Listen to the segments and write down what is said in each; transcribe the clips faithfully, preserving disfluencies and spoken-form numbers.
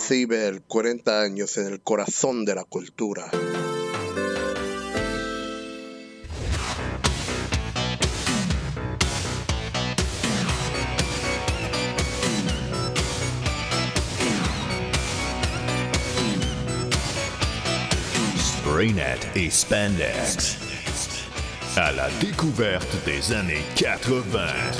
Ciber, cuarenta años en el corazón de la cultura. Spraynet et Spandex. À la découverte des années quatre-vingt.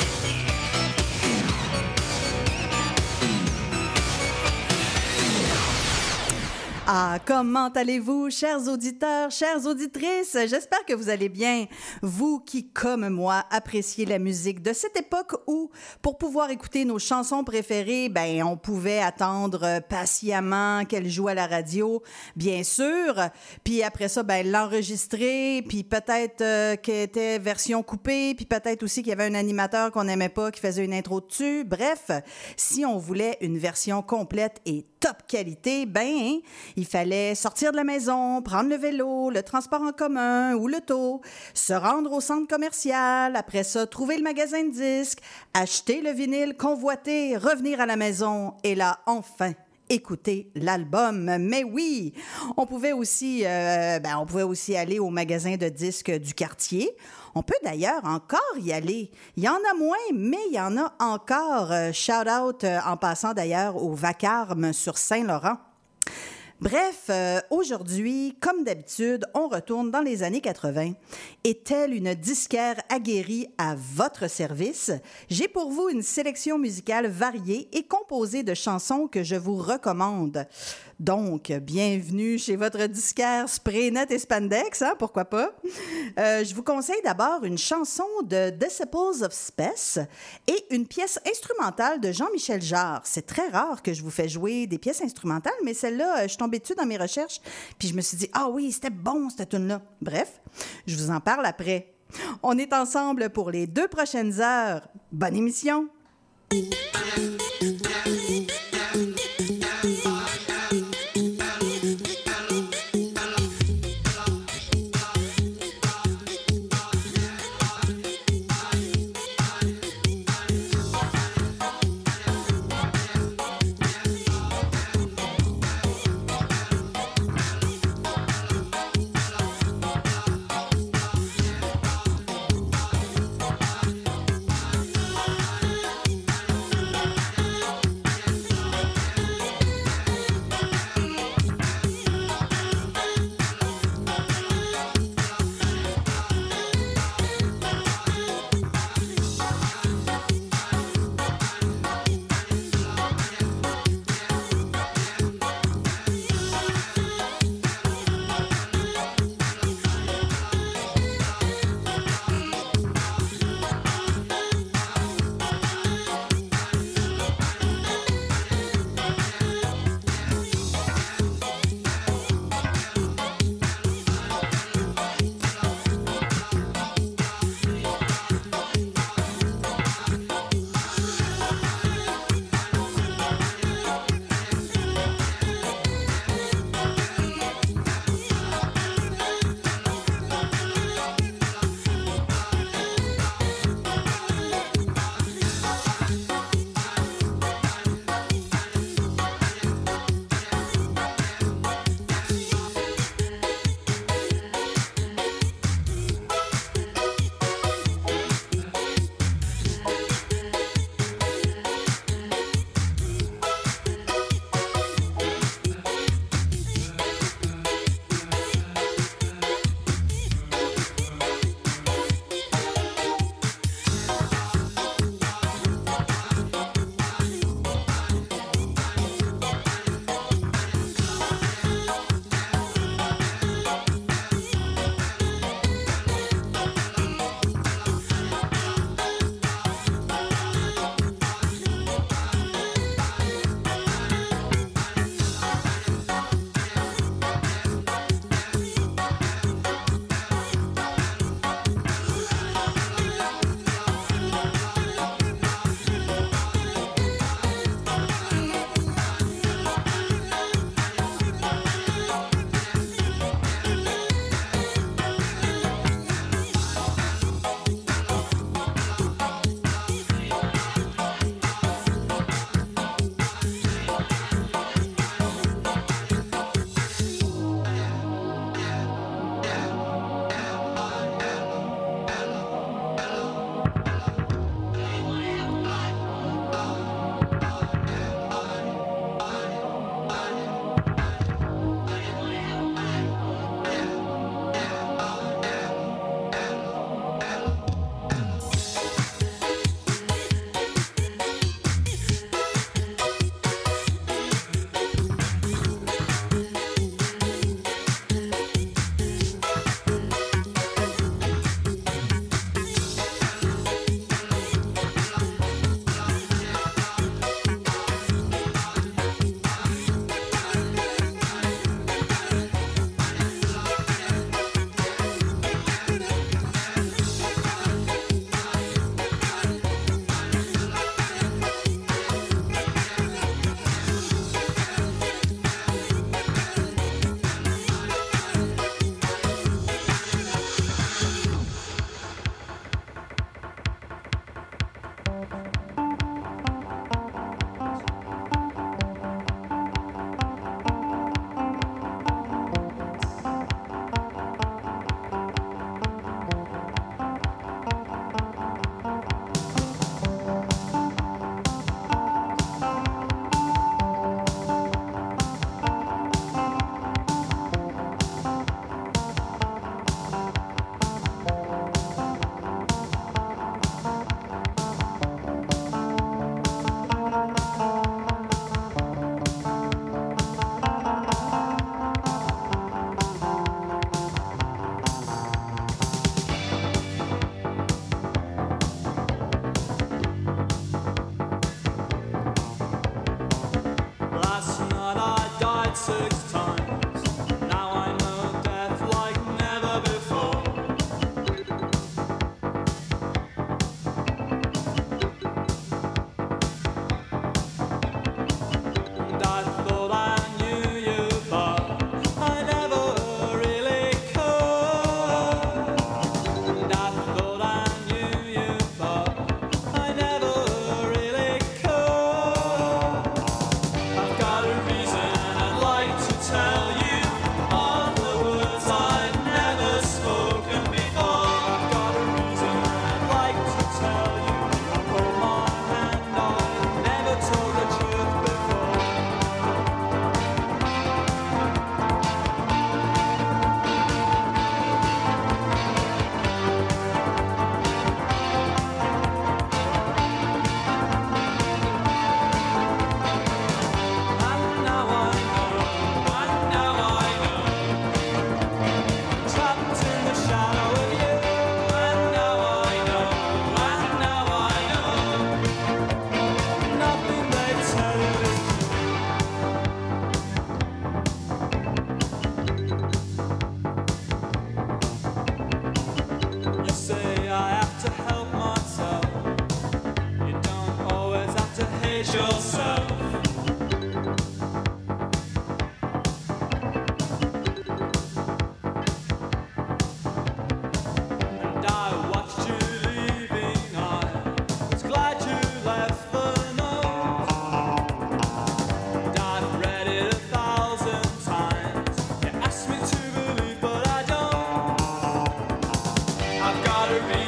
Ah, comment allez-vous, chers auditeurs, chères auditrices? J'espère que vous allez bien. Vous qui, comme moi, appréciez la musique de cette époque où, pour pouvoir écouter nos chansons préférées, ben, on pouvait attendre patiemment qu'elles jouent à la radio, bien sûr. Puis après ça, ben, l'enregistrer, puis peut-être euh, qu'elle était version coupée, puis peut-être aussi qu'il y avait un animateur qu'on n'aimait pas qui faisait une intro dessus. Bref, si on voulait une version complète et top qualité, ben, il fallait sortir de la maison, prendre le vélo, le transport en commun ou l'auto, se rendre au centre commercial, après ça, trouver le magasin de disques, acheter le vinyle convoité, revenir à la maison et là, enfin, écouter l'album. Mais oui, on pouvait aussi, euh, ben, on pouvait aussi aller au magasin de disques du quartier. On peut d'ailleurs encore y aller. Il y en a moins, mais il y en a encore. Euh, shout out euh, en passant d'ailleurs au Vacarme sur Saint-Laurent. Bref, euh, aujourd'hui, comme d'habitude, on retourne dans les années quatre-vingt. Et telle une disquaire aguerrie à votre service, j'ai pour vous une sélection musicale variée et composée de chansons que je vous recommande. Donc, bienvenue chez votre disquaire Spraynet et Spandex, hein, pourquoi pas? Euh, je vous conseille d'abord une chanson de Disciples of Space et une pièce instrumentale de Jean-Michel Jarre. C'est très rare que je vous fais jouer des pièces instrumentales, mais celle-là, je suis tombée dessus dans mes recherches, puis je me suis dit, ah oui, c'était bon, cette tune-là. Bref, je vous en parle après. On est ensemble pour les deux prochaines heures. Bonne émission!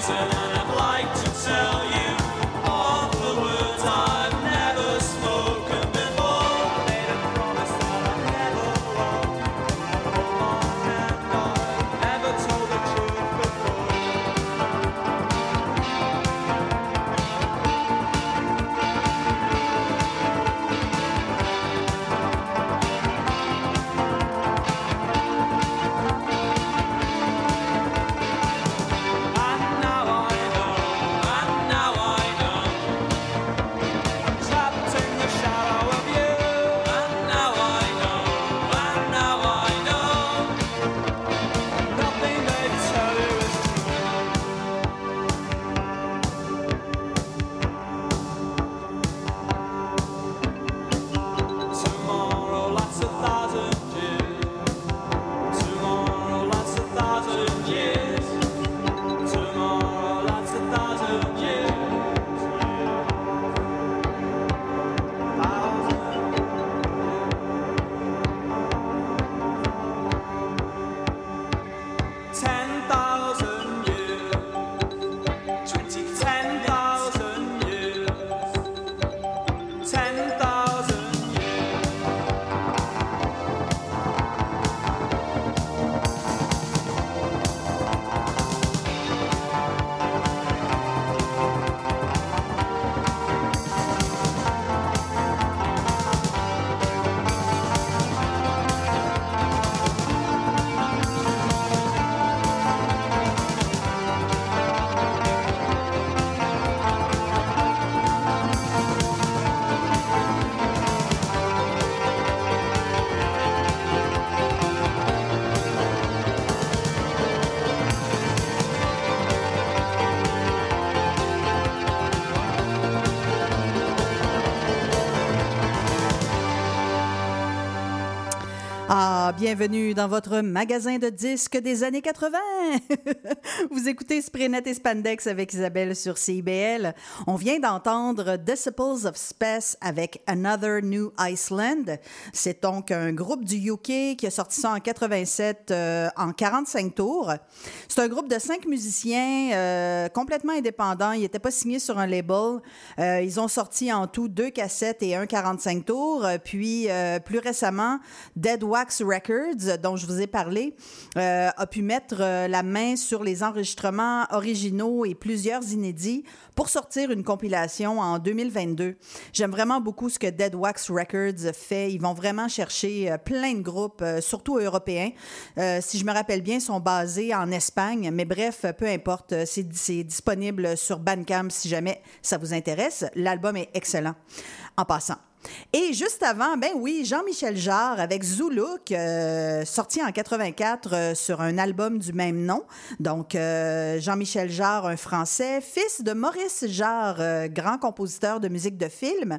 Ah, bienvenue dans votre magasin de disques des années quatre-vingt. Vous écoutez Spraynet et Spandex avec Isabelle sur C I B L. On vient d'entendre Disciples of Space avec Another New Iceland. C'est donc un groupe du U K qui a sorti ça en quatre-vingt-sept euh, en quarante-cinq tours. C'est un groupe de cinq musiciens euh, complètement indépendants. Ils n'étaient pas signés sur un label. Euh, ils ont sorti en tout deux cassettes et un quarante-cinq tours. Puis, euh, plus récemment, Dead Wax Records, dont je vous ai parlé, euh, a pu mettre euh, la main sur les enregistrements originaux et plusieurs inédits pour sortir une compilation en deux mille vingt-deux. J'aime vraiment beaucoup ce que Dead Wax Records fait. Ils vont vraiment chercher euh, plein de groupes, euh, surtout européens. Euh, si je me rappelle bien, ils sont basés en Espagne, mais bref, peu importe. C'est, c'est disponible sur Bandcamp si jamais ça vous intéresse. L'album est excellent. En passant. Et juste avant, ben oui, Jean-Michel Jarre avec Zoulouk, euh, sorti en quatre-vingt-quatre euh, sur un album du même nom. Donc, euh, Jean-Michel Jarre, un Français, fils de Maurice Jarre, euh, grand compositeur de musique de film.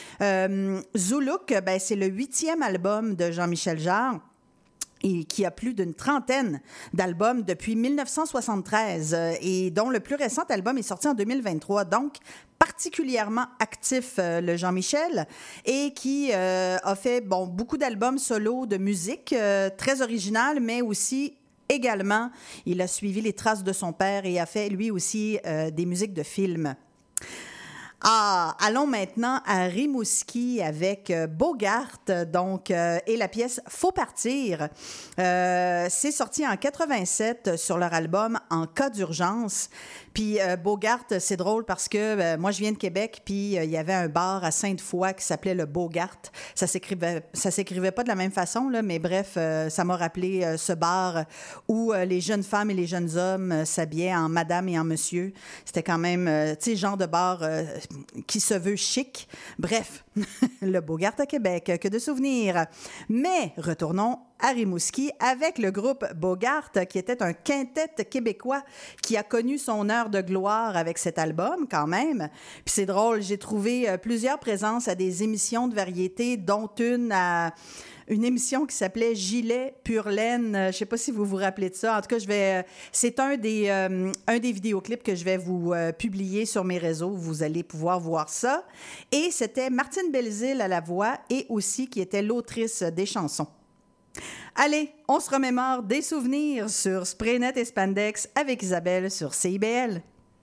Euh, Zoulouk, ben, c'est le huitième album de Jean-Michel Jarre, et qui a plus d'une trentaine d'albums depuis mille neuf cent soixante-treize euh, et dont le plus récent album est sorti en deux mille vingt-trois. Donc, particulièrement actif, euh, le Jean-Michel, et qui euh, a fait bon, beaucoup d'albums solo de musique, euh, très original, mais aussi également, il a suivi les traces de son père et a fait lui aussi euh, des musiques de films. Ah, allons maintenant à Rimouski avec euh, Bogart, donc, euh, et la pièce « Faut partir ». Euh, c'est sorti en quatre-vingt-sept sur leur album « En cas d'urgence ». Puis euh, Bogart, c'est drôle parce que euh, moi, je viens de Québec, puis il euh, y avait un bar à Sainte-Foy qui s'appelait le Bogart. Ça s'écrivait, ça s'écrivait pas de la même façon, là, mais bref, euh, ça m'a rappelé euh, ce bar où euh, les jeunes femmes et les jeunes hommes euh, s'habillaient en madame et en monsieur. C'était quand même, euh, tu sais, genre de bar euh, qui se veut chic. Bref, le Bogart à Québec, que de souvenirs. Mais retournons à Rimouski avec le groupe Bogart, qui était un quintet québécois qui a connu son heure de gloire avec cet album, quand même. Puis c'est drôle, j'ai trouvé euh, plusieurs présences à des émissions de variété, dont une à une émission qui s'appelait Gilet pure laine. Euh, je ne sais pas si vous vous rappelez de ça. En tout cas, je vais, euh, c'est un des, euh, un des vidéoclips que je vais vous euh, publier sur mes réseaux. Vous allez pouvoir voir ça. Et c'était Martine Belzile à la voix et aussi qui était l'autrice des chansons. Allez, on se remémore des souvenirs sur Spraynet et Spandex avec Isabelle sur C I B L.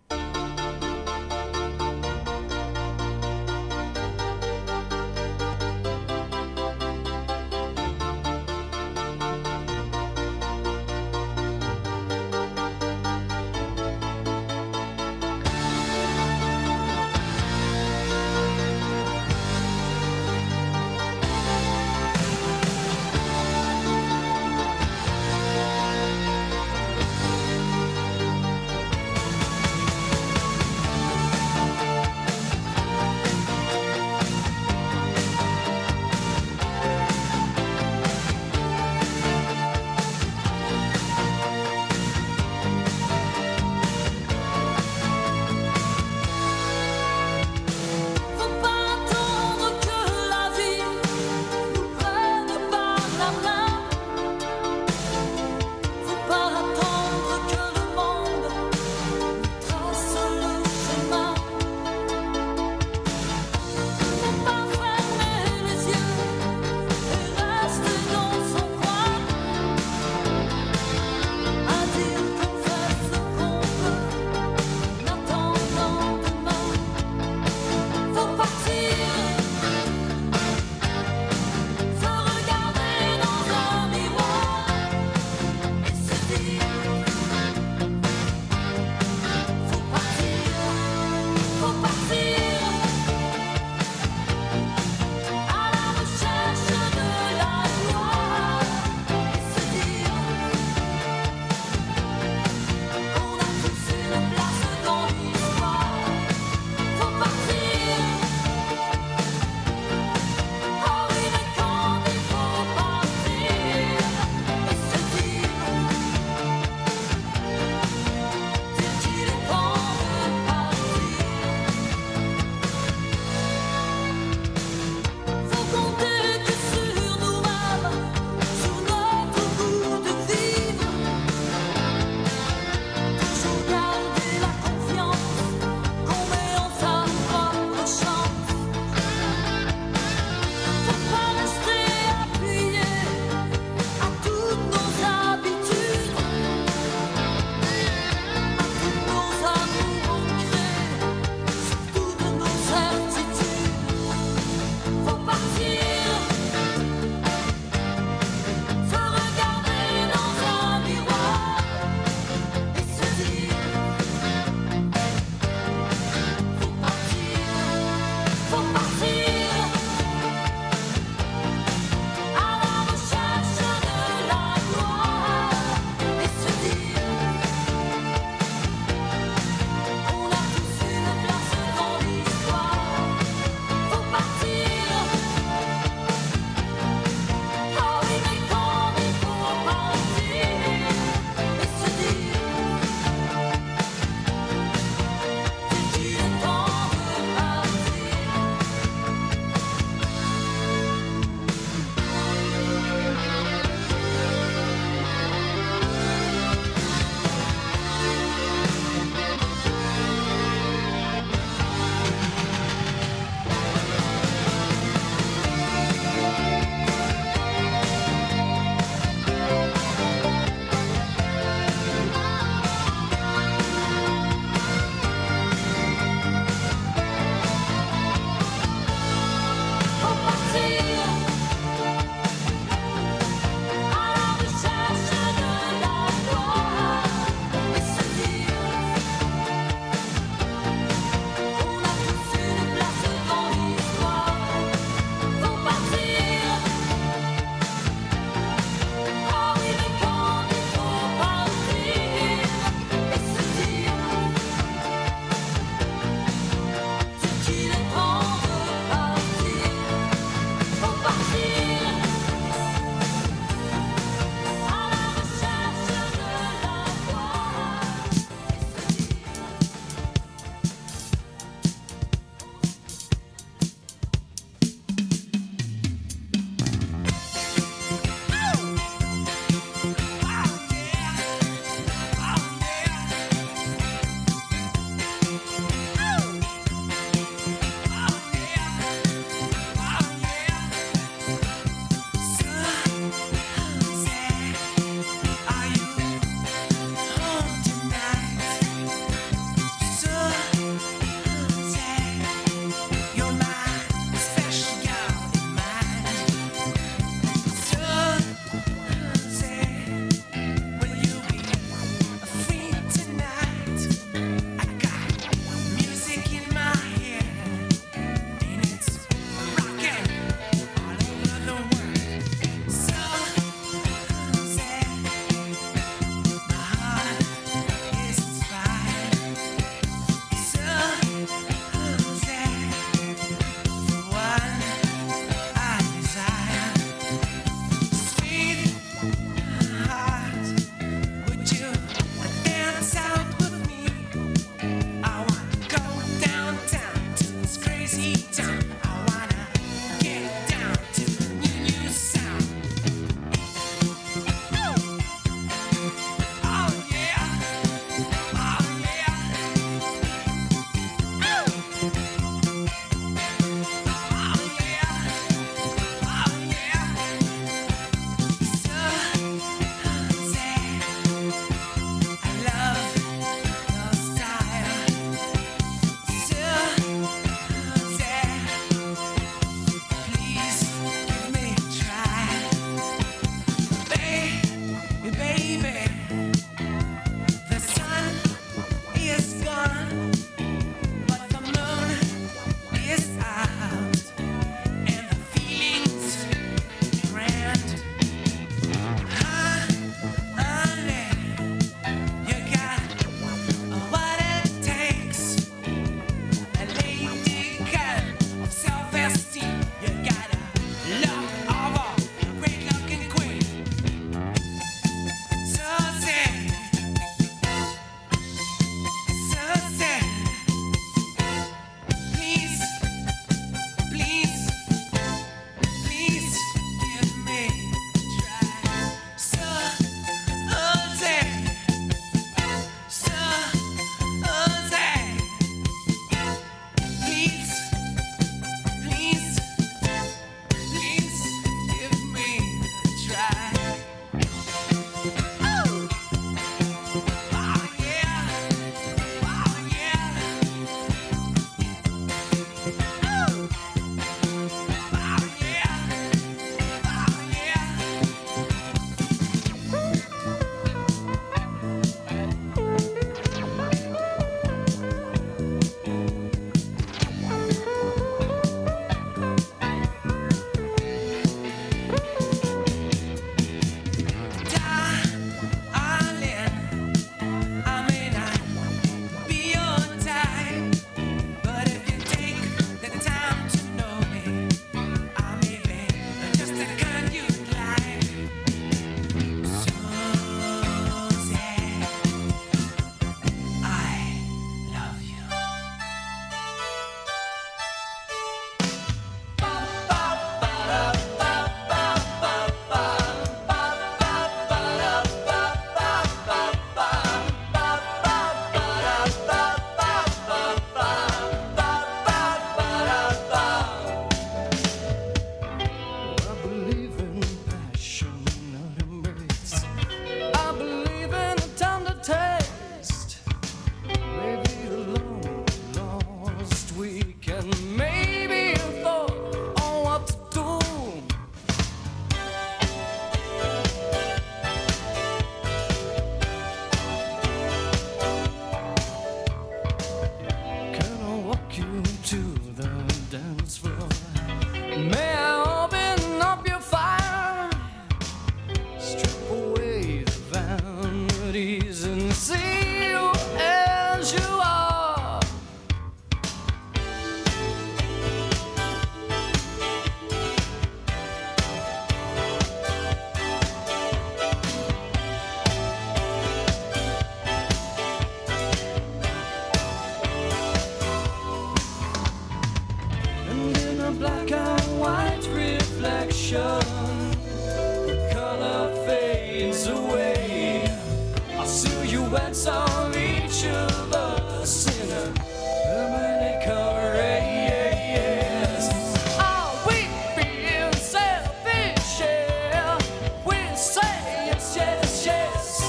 silhouettes of each of us in a permanent caress. Are we being selfish? Yeah, we say yes, yes, yes.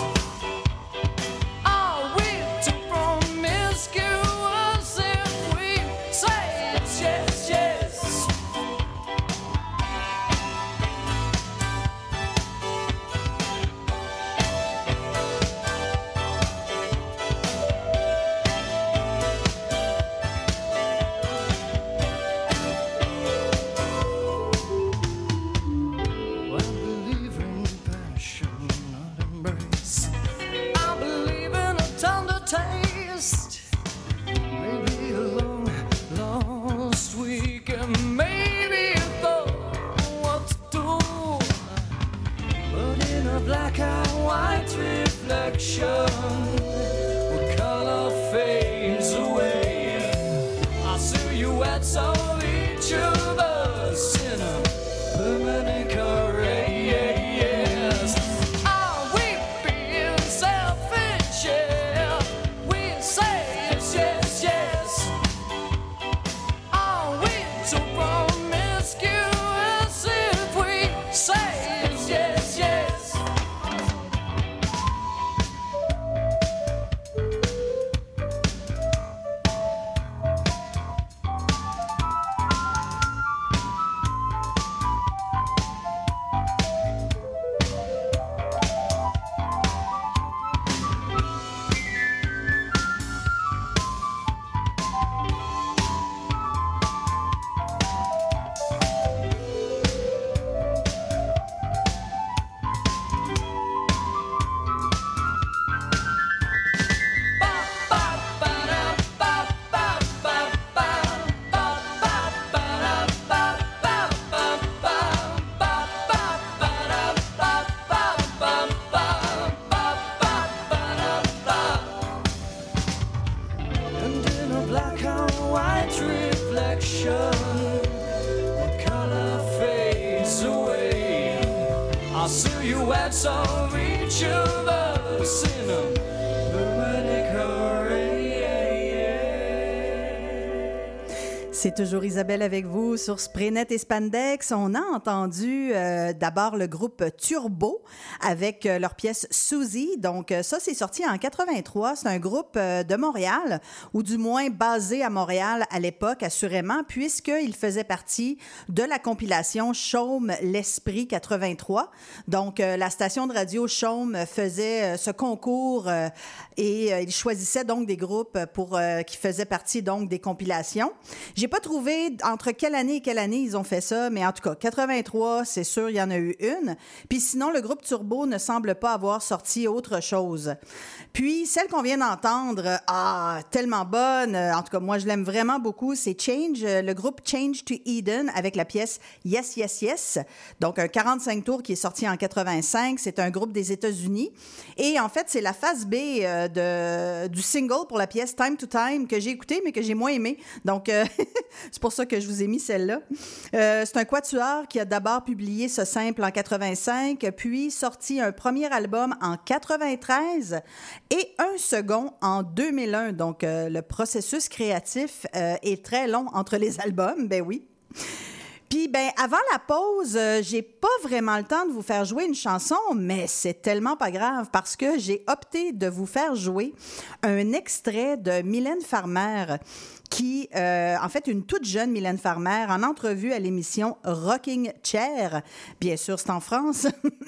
Are we too promiscuous if we say yes, yes, yes? I believe in passion, not embrace. I believe in a tender taste. Maybe a long lost week, and maybe a thought what to do. But in a black and white reflection, where color fades away, I silhouettes of each of us in a permanent caress. Are we being selfish? Yeah, we say yes, yes, yes. Are we too promiscuous if we say yes, yes, yes? And in a black and white reflection, the color fades away. Our silhouettes of each of us in a permanent caress. C'est toujours Isabelle avec vous sur Spraynet et Spandex. On a entendu euh, d'abord le groupe Turbo avec euh, leur pièce Suzy. Donc euh, ça, c'est sorti en quatre-vingt-trois. C'est un groupe euh, de Montréal, ou du moins basé à Montréal à l'époque, assurément, puisqu'il faisait partie de la compilation Chaume l'Esprit quatre-vingt-trois. Donc euh, la station de radio Chaume faisait euh, ce concours euh, et euh, il choisissait donc des groupes pour euh, qui faisaient partie donc des compilations. J'ai pas trouvé entre quelle année et quelle année ils ont fait ça, mais en tout cas, quatre-vingt-trois, c'est sûr, il y en a eu une. Puis sinon, le groupe Turbo ne semble pas avoir sorti autre chose. Puis, celle qu'on vient d'entendre, ah, tellement bonne, en tout cas, moi, je l'aime vraiment beaucoup, c'est Change, le groupe Change to Eden avec la pièce Yes, Yes, Yes. Donc, un quarante-cinq tours qui est sorti en quatre-vingt-cinq. C'est un groupe des États-Unis. Et en fait, c'est la phase B euh, de, du single pour la pièce Time to Time que j'ai écouté, mais que j'ai moins aimé. Donc, euh, c'est pour ça que je vous ai mis celle-là. Euh, c'est un quatuor qui a d'abord publié ce simple en quatre-vingt-cinq, puis sorti un premier album en quatre-vingt-treize et un second en deux mille un. Donc, euh, le processus créatif euh, est très long entre les albums, ben oui. Puis, ben, avant la pause, euh, j'ai pas vraiment le temps de vous faire jouer une chanson, mais c'est tellement pas grave parce que j'ai opté de vous faire jouer un extrait de Mylène Farmer qui, euh, en fait, une toute jeune Mylène Farmer, en entrevue à l'émission Rocking Chair, bien sûr, c'est en France,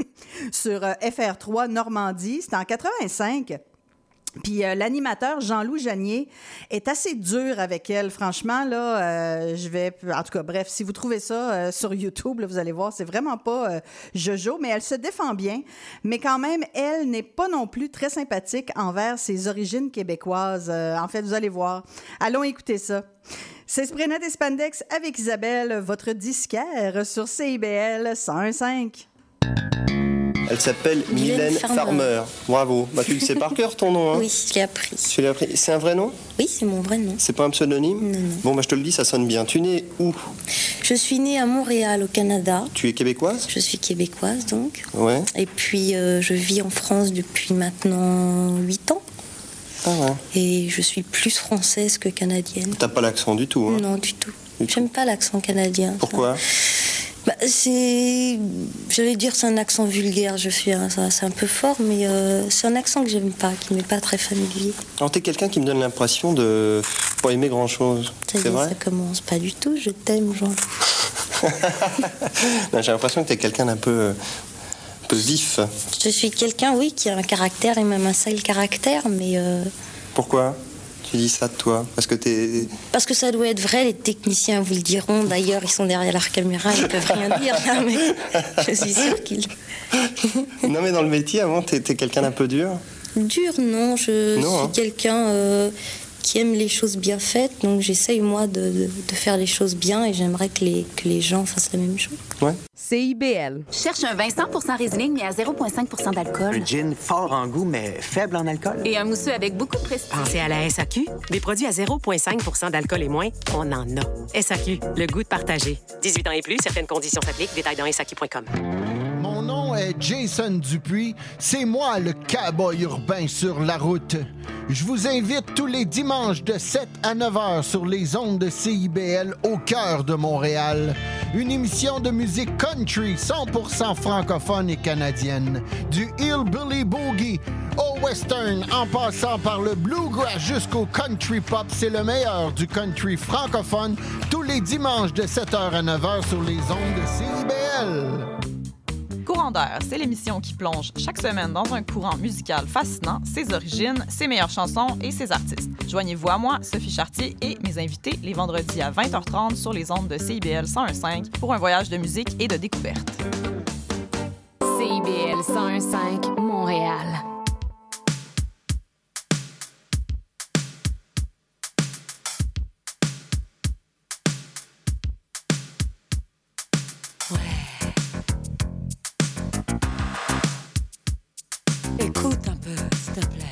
sur euh, F R trois Normandie, c'était en quatre-vingt-cinq. Puis euh, l'animateur Jean-Loup Janier est assez dur avec elle. Franchement, là, euh, je vais... En tout cas, bref, si vous trouvez ça euh, sur YouTube, là, vous allez voir, c'est vraiment pas euh, jojo, mais elle se défend bien. Mais quand même, elle n'est pas non plus très sympathique envers ses origines québécoises. Euh, en fait, vous allez voir. Allons écouter ça. C'est Spraynet et Spandex avec Isabelle, votre disquaire sur C I B L cent un virgule cinq. Elle s'appelle Mylène Farmer. Farmer. Bravo. Bah, tu le sais par cœur ton nom, hein? Oui, je l'ai appris. Tu l'as appris. C'est un vrai nom? Oui, c'est mon vrai nom. C'est pas un pseudonyme? Non, non. Bon, bah, je te le dis, ça sonne bien. Tu es née où? Je suis née à Montréal, au Canada. Tu es québécoise? Je suis québécoise, donc. Ouais. Et puis, euh, je vis en France depuis maintenant huit ans. Ah ouais. Et je suis plus française que canadienne. T'as pas l'accent du tout, hein? Non, du tout. Du J'aime tout. pas l'accent canadien. Pourquoi? Bah, c'est... J'allais dire c'est un accent vulgaire, je suis un... c'est un peu fort, mais euh, c'est un accent que j'aime pas, qui m'est pas très familier. Alors t'es quelqu'un qui me donne l'impression de pas aimer grand-chose. Ça C'est y est, vrai? ça commence pas du tout, je t'aime, Jean. Non, j'ai l'impression que t'es quelqu'un d'un peu, un peu vif. Je suis quelqu'un, oui, qui a un caractère, et même un sale caractère, mais... Euh... Pourquoi tu dis ça de toi? Parce que t'es... Parce que ça doit être vrai, les techniciens vous le diront. D'ailleurs, ils sont derrière leur caméra, ils peuvent rien dire, là, mais je suis sûre qu'ils... Non, mais dans le métier, avant, t'étais quelqu'un d'un peu dur? Dur, non. Je non, suis hein. quelqu'un euh, qui aime les choses bien faites, donc j'essaye, moi, de, de, de faire les choses bien, et j'aimerais que les, que les gens fassent la même chose. Ouais. C I B L. Je cherche un vin cent pour cent Riesling, mais à zéro virgule cinq pour cent d'alcool. Un gin fort en goût, mais faible en alcool. Et un mousseux avec beaucoup de prestige. Pensez à la S A Q. Des produits à zéro virgule cinq pour cent d'alcool et moins, on en a. S A Q, le goût de partager. dix-huit ans et plus, certaines conditions s'appliquent. Détails dans S A Q point com. Mon nom est Jason Dupuis. C'est moi le cowboy urbain sur la route. Je vous invite tous les dimanches de sept à neuf heures sur les ondes de C I B L au cœur de Montréal. Une émission de musique country cent pour cent francophone et canadienne. Du hillbilly boogie au western en passant par le bluegrass jusqu'au country pop. C'est le meilleur du country francophone tous les dimanches de sept heures à neuf heures sur les ondes de C I B L. Courant d'air, c'est l'émission qui plonge chaque semaine dans un courant musical fascinant, ses origines, ses meilleures chansons et ses artistes. Joignez-vous à moi, Sophie Chartier et mes invités les vendredis à vingt heures trente sur les ondes de C I B L cent un virgule cinq pour un voyage de musique et de découverte. C I B L cent un virgule cinq, Montréal. Écoute un peu, s'il te plaît.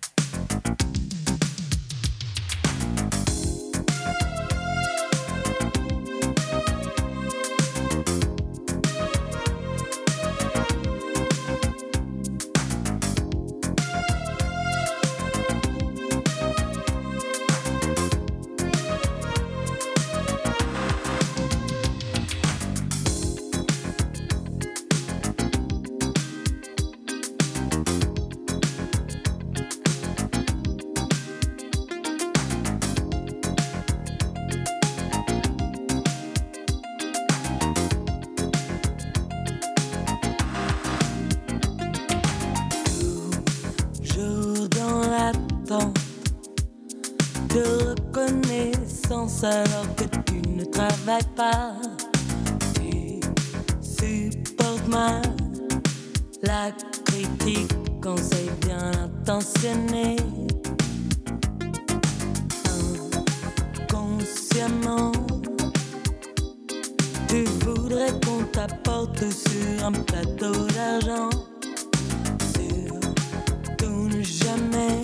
de reconnaissance alors que tu ne travailles pas. Tu supportes mal la critique quand c'est bien intentionné. Inconsciemment, tu voudrais qu'on t'apporte sur un plateau d'argent. Surtout ne jamais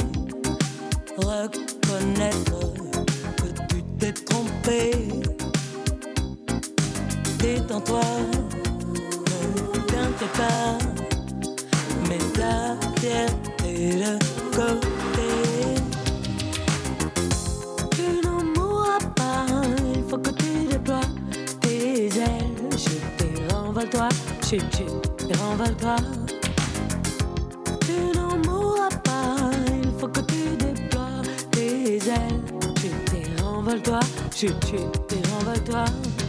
reconnaître que tu t'es trompé. Détends-toi, ne t'inquiète pas, mets ta fierté de côté. Tu n'en mourras pas, il faut que tu déploies tes ailes. Chut et renvole-toi, chut, chut et renvole-toi. Tu n'en mourras pas, il faut que tu déploies tes ailes. Chut et renvole-toi, chut, chut et renvole-toi.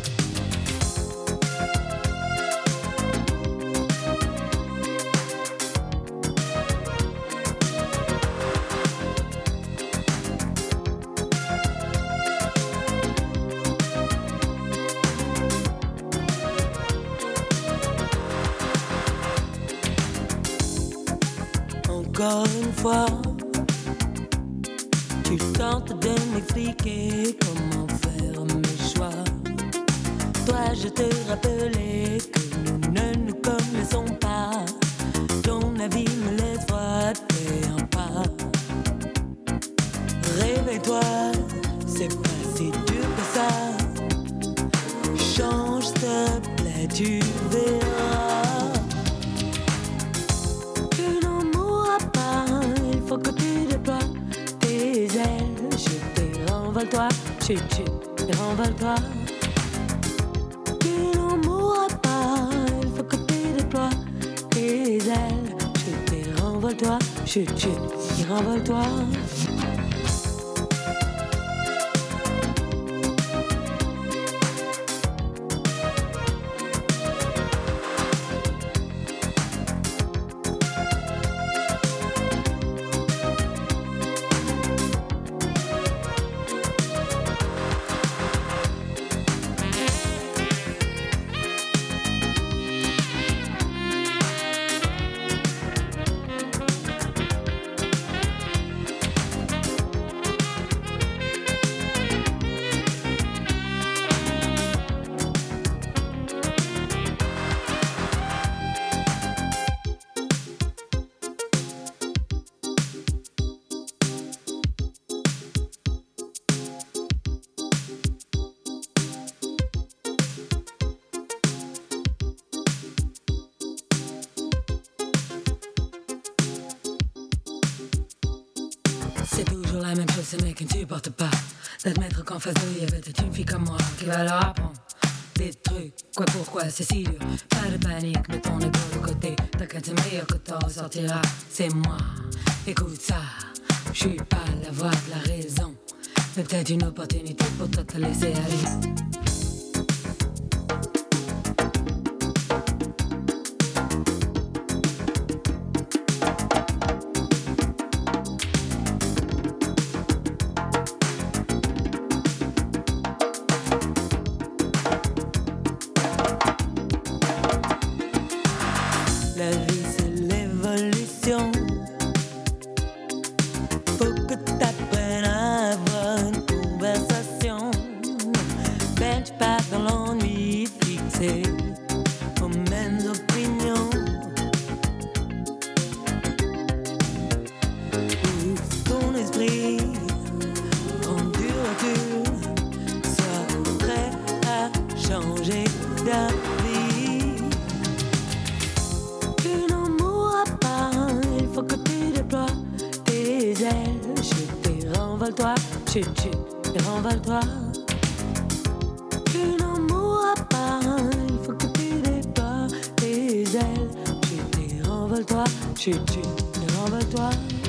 Encore une fois, tu tentes de m'expliquer comment faire mes choix. Dois-je te rappeler que nous ne nous connaissons pas? tu verras. Tu n'en mourras pas, il faut que tu déploies tes ailes. Chut, renvole-toi, chut, chut, renvole-toi. Tu n'en mourras pas, il faut que tu déploies tes ailes. Chut, renvole-toi, chut, chut, renvole-toi. C'est toujours la même chose, ce mec qui ne supporte pas d'admettre qu'en face d'eux, il y avait peut-être une fille comme moi qui va leur apprendre des trucs. Quoi, pourquoi, c'est si dur. Pas de panique, mets ton épaule de côté. T'inquiète, c'est meilleur que t'en ressortiras. C'est moi, écoute ça. Je suis pas la voix de la raison, mais peut-être une opportunité pour toi te laisser aller. La vie c'est l'évolution. Faut que t'apprennes à avoir une conversation. Ben tu pars dans l'ennui fixé aux mêmes opinions. Ouvre ton esprit, prends du recul, sois prêt à changer d'avis. Tu n'en mourras pas, il faut que tu déploies tes ailes. Chut, et renvole-toi, chut, chut, et renvole-toi. Tu n'en mourras pas, il faut que tu déploies tes ailes. Chut, et renvole-toi, chut, chut, et renvole-toi.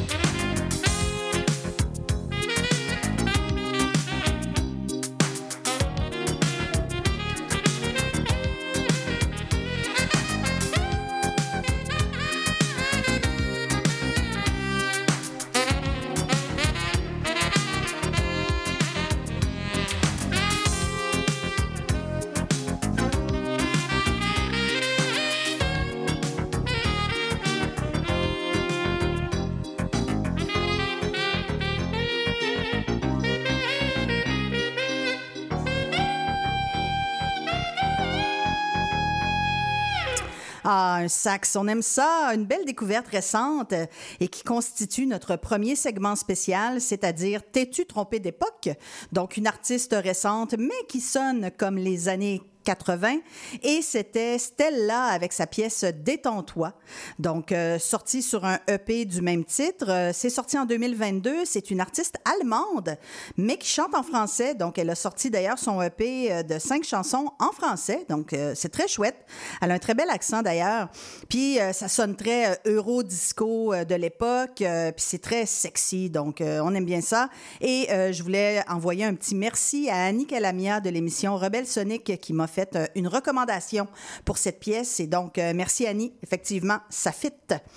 Ah, un sax, on aime ça. Une belle découverte récente euh, et qui constitue notre premier segment spécial, c'est-à-dire T'es-tu trompé d'époque? Donc, une artiste récente, mais qui sonne comme les années quatre-vingts. Et c'était Stella avec sa pièce Détends-toi. Donc, euh, sortie sur un E P du même titre. Euh, c'est sorti en deux mille vingt-deux. C'est une artiste allemande, mais qui chante en français. Donc, elle a sorti d'ailleurs son E P de cinq chansons en français. Donc, euh, c'est très chouette. Elle a un très bel accent d'ailleurs. Puis, euh, ça sonne très euh, euro-disco euh, de l'époque. Euh, puis, c'est très sexy. Donc, euh, on aime bien ça. Et euh, je voulais envoyer un petit merci à Annie Calamia de l'émission Rebelle Sonic qui m'a fait une recommandation pour cette pièce. Et donc, euh, merci Annie. Effectivement, ça fit.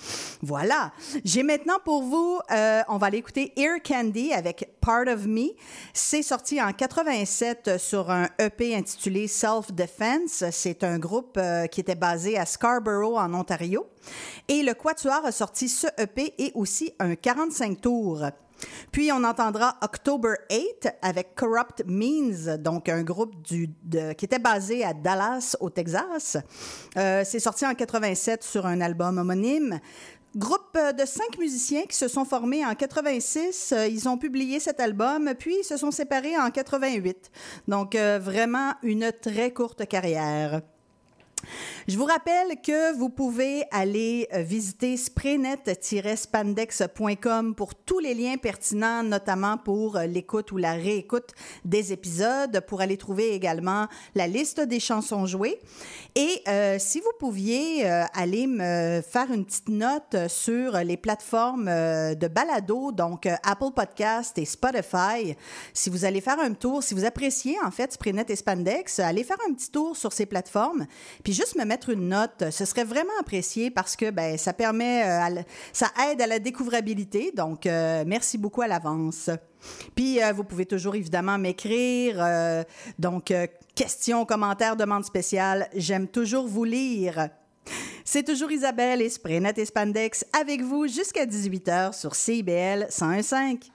Voilà. J'ai maintenant pour vous, euh, on va aller écouter Ear Candy avec Part of Me. C'est sorti en quatre-vingt-sept sur un E P intitulé Self Defense. C'est un groupe euh, qui était basé à Scarborough, en Ontario. Et le Quatuor a sorti ce E P et aussi un quarante-cinq tours. Puis, on entendra October eighth avec Corrupt Means, donc un groupe du, de, qui était basé à Dallas, au Texas. Euh, c'est sorti en quatre-vingt-sept sur un album homonyme. Groupe de cinq musiciens qui se sont formés en quatre-vingt-six. Ils ont publié cet album, puis ils se sont séparés en quatre-vingt-huit. Donc, euh, vraiment une très courte carrière. Je vous rappelle que vous pouvez aller visiter spraynet tiret spandex point com pour tous les liens pertinents, notamment pour l'écoute ou la réécoute des épisodes, pour aller trouver également la liste des chansons jouées. Et euh, si vous pouviez euh, aller me faire une petite note sur les plateformes euh, de balado, donc euh, Apple Podcast et Spotify, si vous allez faire un tour, si vous appréciez en fait Spraynet et Spandex, allez faire un petit tour sur ces plateformes, puis juste me mettre une note, ce serait vraiment apprécié parce que ben, ça permet, euh, à, ça aide à la découvrabilité, donc euh, merci beaucoup à l'avance. Puis, euh, vous pouvez toujours, évidemment, m'écrire. Euh, donc, euh, questions, commentaires, demandes spéciales. J'aime toujours vous lire. C'est toujours Isabelle et Spraynet et Spandex avec vous jusqu'à dix-huit heures sur C I B L cent un virgule cinq.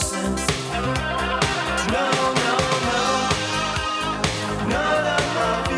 None of my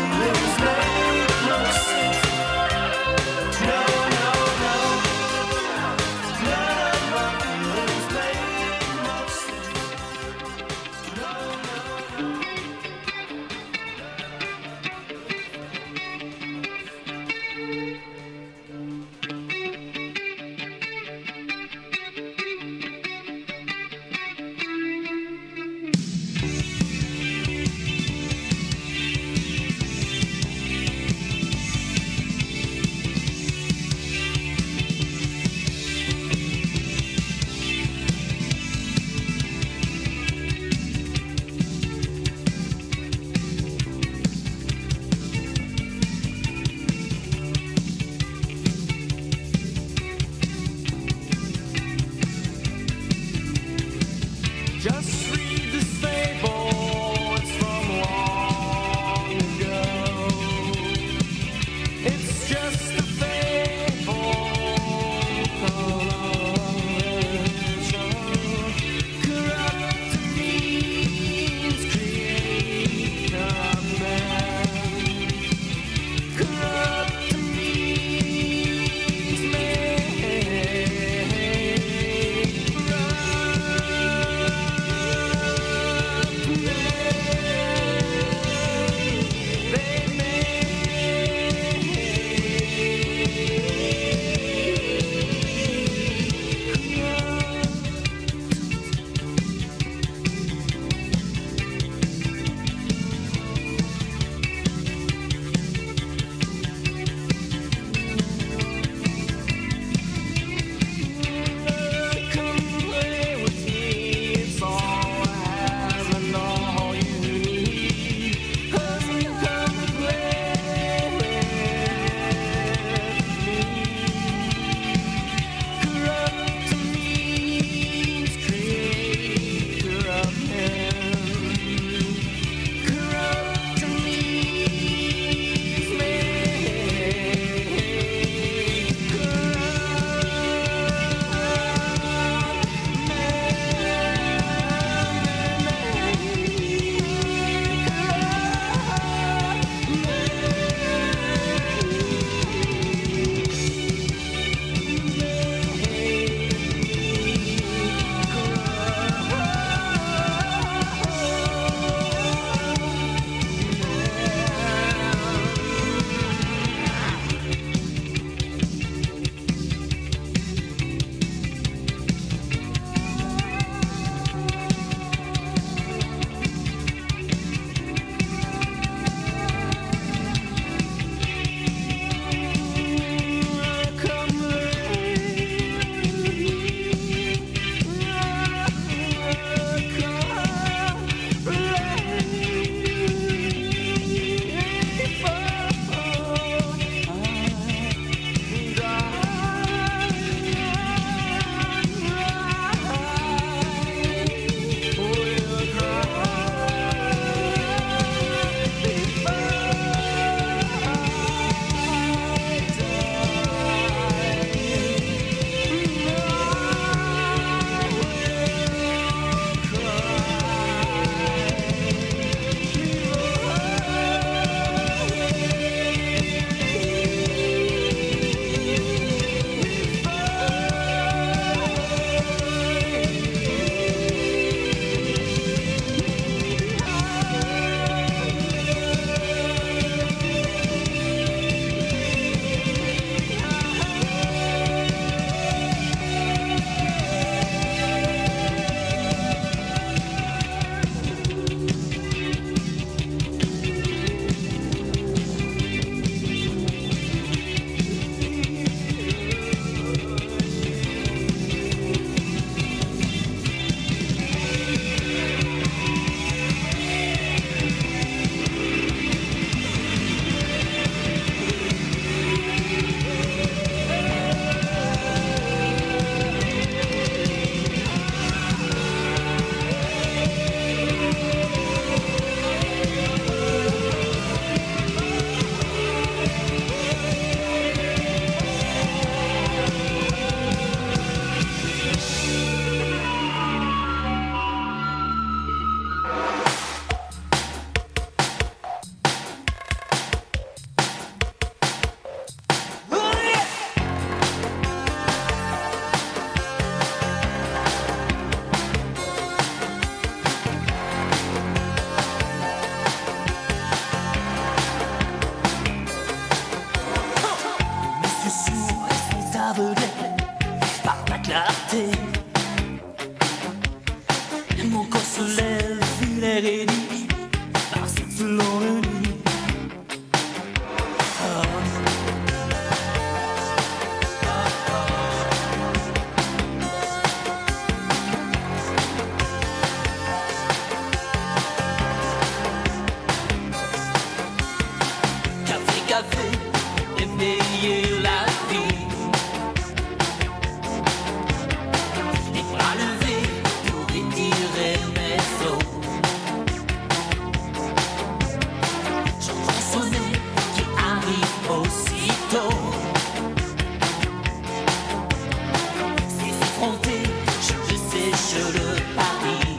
l'effronter, je le sais, je le parie.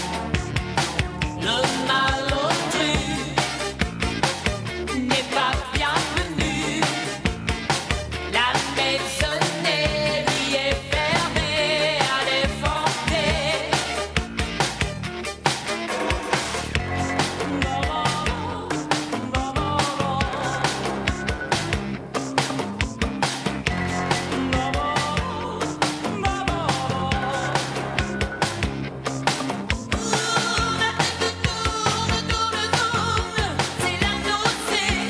Le malotru n'est pas bienvenu. La maisonnette lui est fermée à l'effronter. C'est la nausée.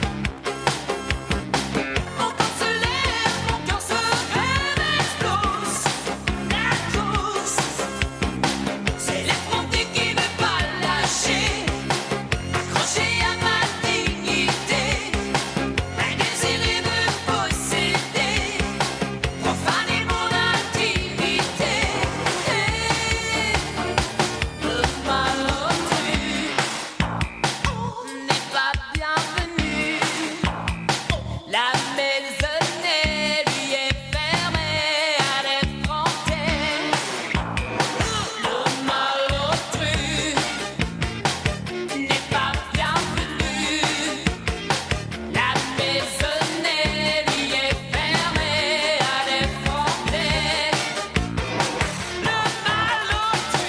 Mon corps se lève, mon cœur se rêve, explose. La course, c'est l'effronté qui veut pas lâcher. Accroché à ma dignité, un désir est me posséder, profaner mon intimité. Le malotru n'est pas bienvenu. La maisonnette lui est fermée à l'effronter. Le malotru n'est pas bienvenu. La maisonnette lui est fermée à l'effronter. Le malotru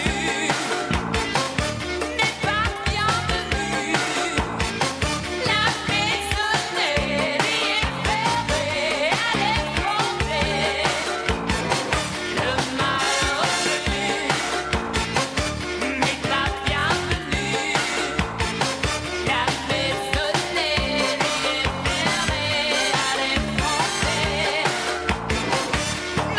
n'est pas bienvenu. La maisonnette lui est fermée à l'effronter. Le malotru n'est pas bienvenu. La maisonnette lui est fermée à l'effronter. Le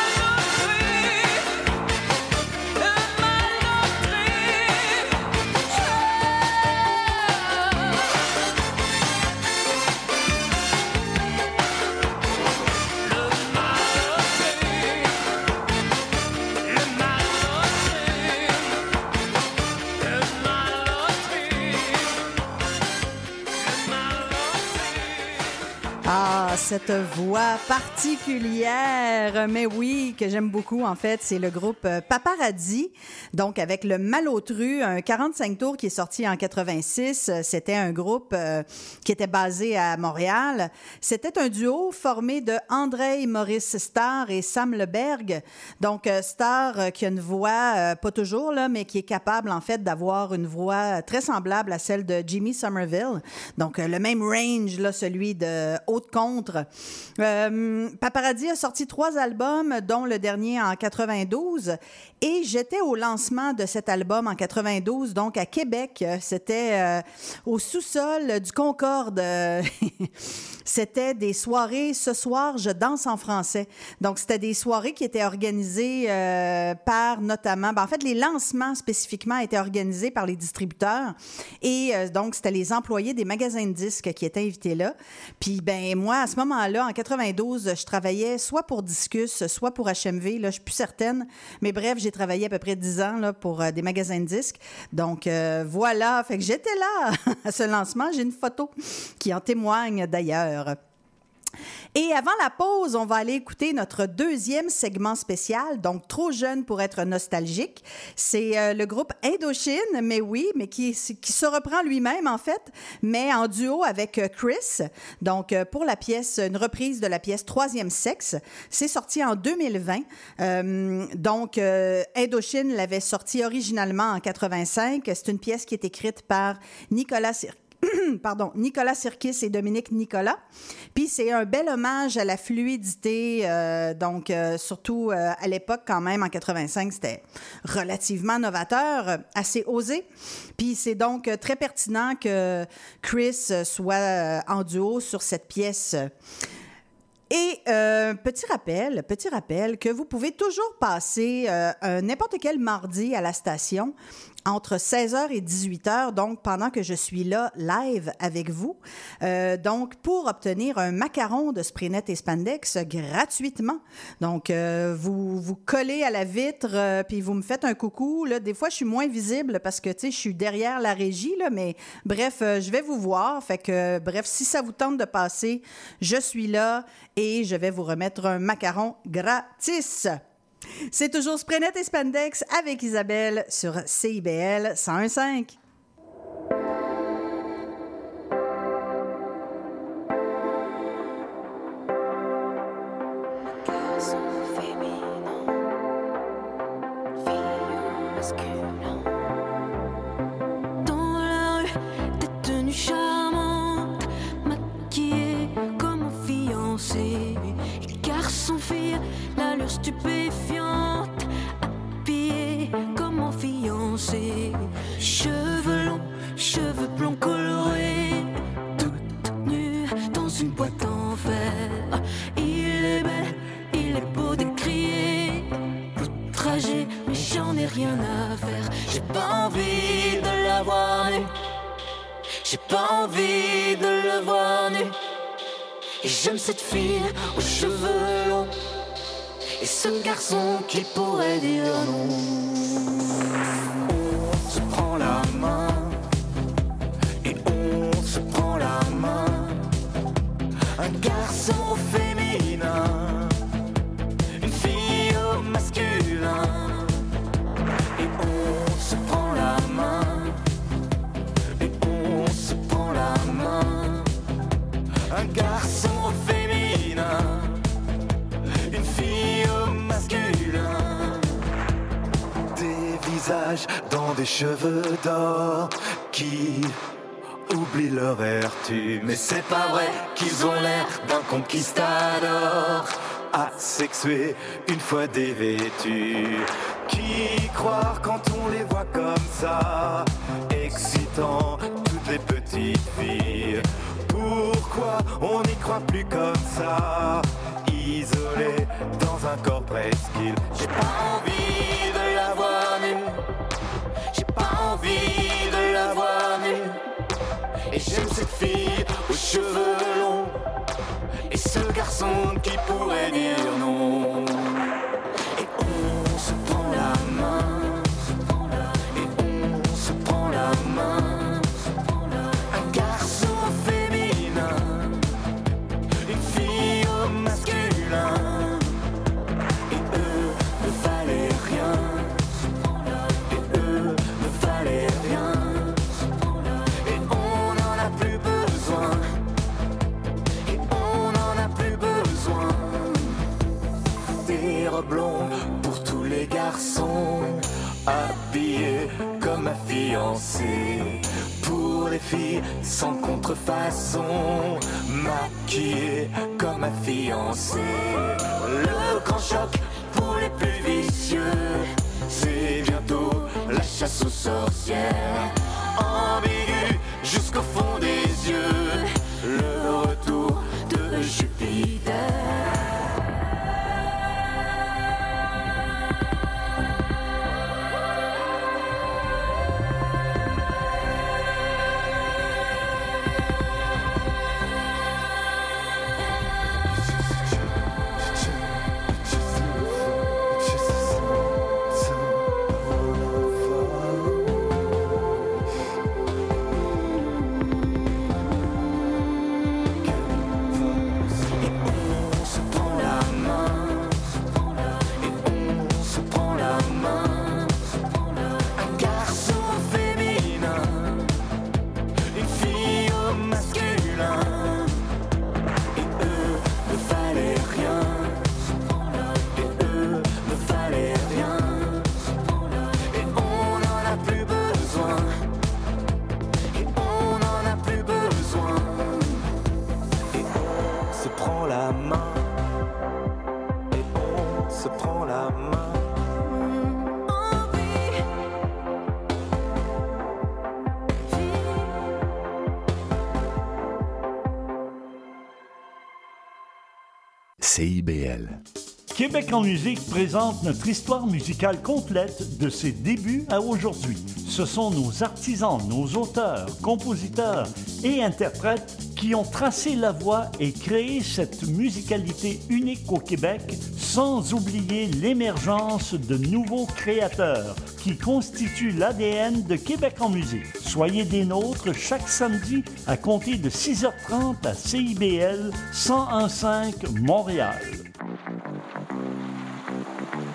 Ah, cette voix particulière, mais oui, que j'aime beaucoup, en fait, c'est le groupe euh, Paparazzi, donc avec le Malotru, un quarante-cinq tours qui est sorti en quatre-vingt-six. C'était un groupe euh, qui était basé à Montréal. C'était un duo formé de André Maurice Starr et Sam Leberg. Donc, euh, Starr euh, qui a une voix, euh, pas toujours, là, mais qui est capable, en fait, d'avoir une voix très semblable à celle de Jimmy Somerville. Donc, euh, le même range, là, celui de Haute-Contre. Euh, Paparazzi a sorti trois albums, dont le dernier en quatre-vingt-douze. Et j'étais au lancement de cet album en quatre-vingt-douze, donc à Québec. C'était euh, au sous-sol du Concorde. C'était des soirées « Ce soir, je danse en français ». Donc, c'était des soirées qui étaient organisées euh, par notamment... Ben, en fait, les lancements spécifiquement étaient organisés par les distributeurs. Et euh, donc, c'était les employés des magasins de disques qui étaient invités là. Puis, ben moi, à ce moment-là, en quatre-vingt-douze, je travaillais soit pour Discus, soit pour H M V. Là, je suis plus certaine. Mais bref, j'ai travaillé à peu près dix ans là, pour euh, des magasins de disques. Donc, euh, voilà. Fait que j'étais là à ce lancement. J'ai une photo qui en témoigne d'ailleurs. Et avant la pause, on va aller écouter notre deuxième segment spécial, donc Trop jeune pour être nostalgique. C'est euh, le groupe Indochine, mais oui, mais qui, qui se reprend lui-même en fait, mais en duo avec euh, Chris. Donc euh, pour la pièce, une reprise de la pièce Troisième sexe. C'est sorti en deux mille vingt. Euh, donc euh, Indochine l'avait sorti originalement en quatre-vingt-cinq. C'est une pièce qui est écrite par Nicolas Sirkis. Pardon, Nicolas Sirkis et Dominique Nicolas. Puis c'est un bel hommage à la fluidité, euh, donc euh, surtout euh, à l'époque quand même, en quatre-vingt-cinq, c'était relativement novateur, euh, assez osé. Puis c'est donc euh, très pertinent que Chris soit euh, en duo sur cette pièce. Et euh, petit rappel, petit rappel que vous pouvez toujours passer euh, un, n'importe quel mardi à la station entre seize heures et dix-huit heures, donc pendant que je suis là live avec vous. Euh, donc, pour obtenir un macaron de Spraynet et Spandex gratuitement. Donc, euh, vous vous collez à la vitre, euh, puis vous me faites un coucou. Là, des fois, je suis moins visible parce que, tu sais, je suis derrière la régie, là, mais bref, euh, je vais vous voir. Fait que, bref, si ça vous tente de passer, je suis là et je vais vous remettre un macaron gratis. C'est toujours Spraynet et Spandex avec Isabelle sur C I B L cent un virgule cinq. Dans la rue, des tenues charmantes, maquillées comme un fiancé. Garçon, fille, l'allure stupéfiante, habillée comme un fiancé. Cheveux longs, cheveux blonds colorés, toute nue dans une boîte en verre. Il est bel, il est beau de crier, outragé, mais j'en ai rien à faire. J'ai pas envie de la voir nue, j'ai pas envie de le voir nu. Et j'aime cette fille aux cheveux longs et ce garçon qui pourrait dire non. On se prend la main et on se prend la main. Un garçon féminin, une fille au masculin. Et on se prend la main et on se prend la main. Un garçon féminin, une fille au masculin. Des visages dans des cheveux d'or qui oublient leur vertu. Mais c'est pas vrai qu'ils ont l'air d'un conquistador asexué une fois dévêtus. Qui croire quand on les voit comme ça, excitant toutes les petites filles? Pourquoi on n'y croit plus comme ça, isolé dans un corps presqu'île? J'ai pas envie de la voir nue, j'ai pas envie de la voir nue. Et j'aime cette fille aux cheveux longs et ce garçon qui pourrait dire non. Et on se prend la main et on se prend la main. Un garçon féminin, une fille au masculin. Et eux ne valaient rien, et eux ne valaient rien. Et on n'en a plus besoin, et on n'en a plus besoin. Des robes blondes pour tous les garçons, habillés comme un fiancé. Pour les filles sans contrefaçon, maquillées comme un fiancé. Le grand choc pour les plus vicieux, c'est bientôt la chasse aux sorcières. Ambigu jusqu'au fond des yeux, le retour de Jupiter. C I B L. Québec en musique présente notre histoire musicale complète de ses débuts à aujourd'hui. Ce sont nos artisans, nos auteurs, compositeurs et interprètes qui ont tracé la voie et créé cette musicalité unique au Québec, sans oublier l'émergence de nouveaux créateurs qui constituent l'A D N de Québec en musique. Soyez des nôtres chaque samedi à compter de six heures trente à C I B L cent un virgule cinq Montréal.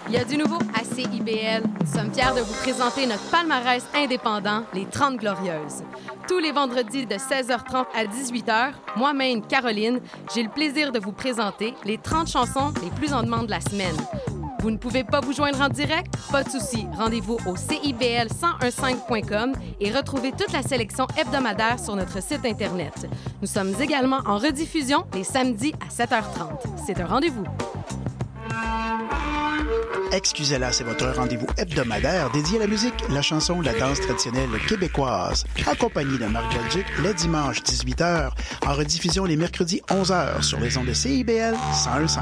Il y a du nouveau à C I B L. Nous sommes fiers de vous présenter notre palmarès indépendant, les trente Glorieuses. Tous les vendredis de seize heures trente à dix-huit heures, moi-même, Caroline, j'ai le plaisir de vous présenter les trente chansons les plus en demande de la semaine. Vous ne pouvez pas vous joindre en direct? Pas de souci. Rendez-vous au C I B L cent quinze point com et retrouvez toute la sélection hebdomadaire sur notre site Internet. Nous sommes également en rediffusion les samedis à sept heures trente. C'est un rendez-vous. Excusez-la, c'est votre rendez-vous hebdomadaire dédié à la musique, la chanson, la danse traditionnelle québécoise. Accompagné de Marc Bolduc, le dimanche dix-huit heures, en rediffusion les mercredis onze heures sur les ondes de C I B L cent quinze.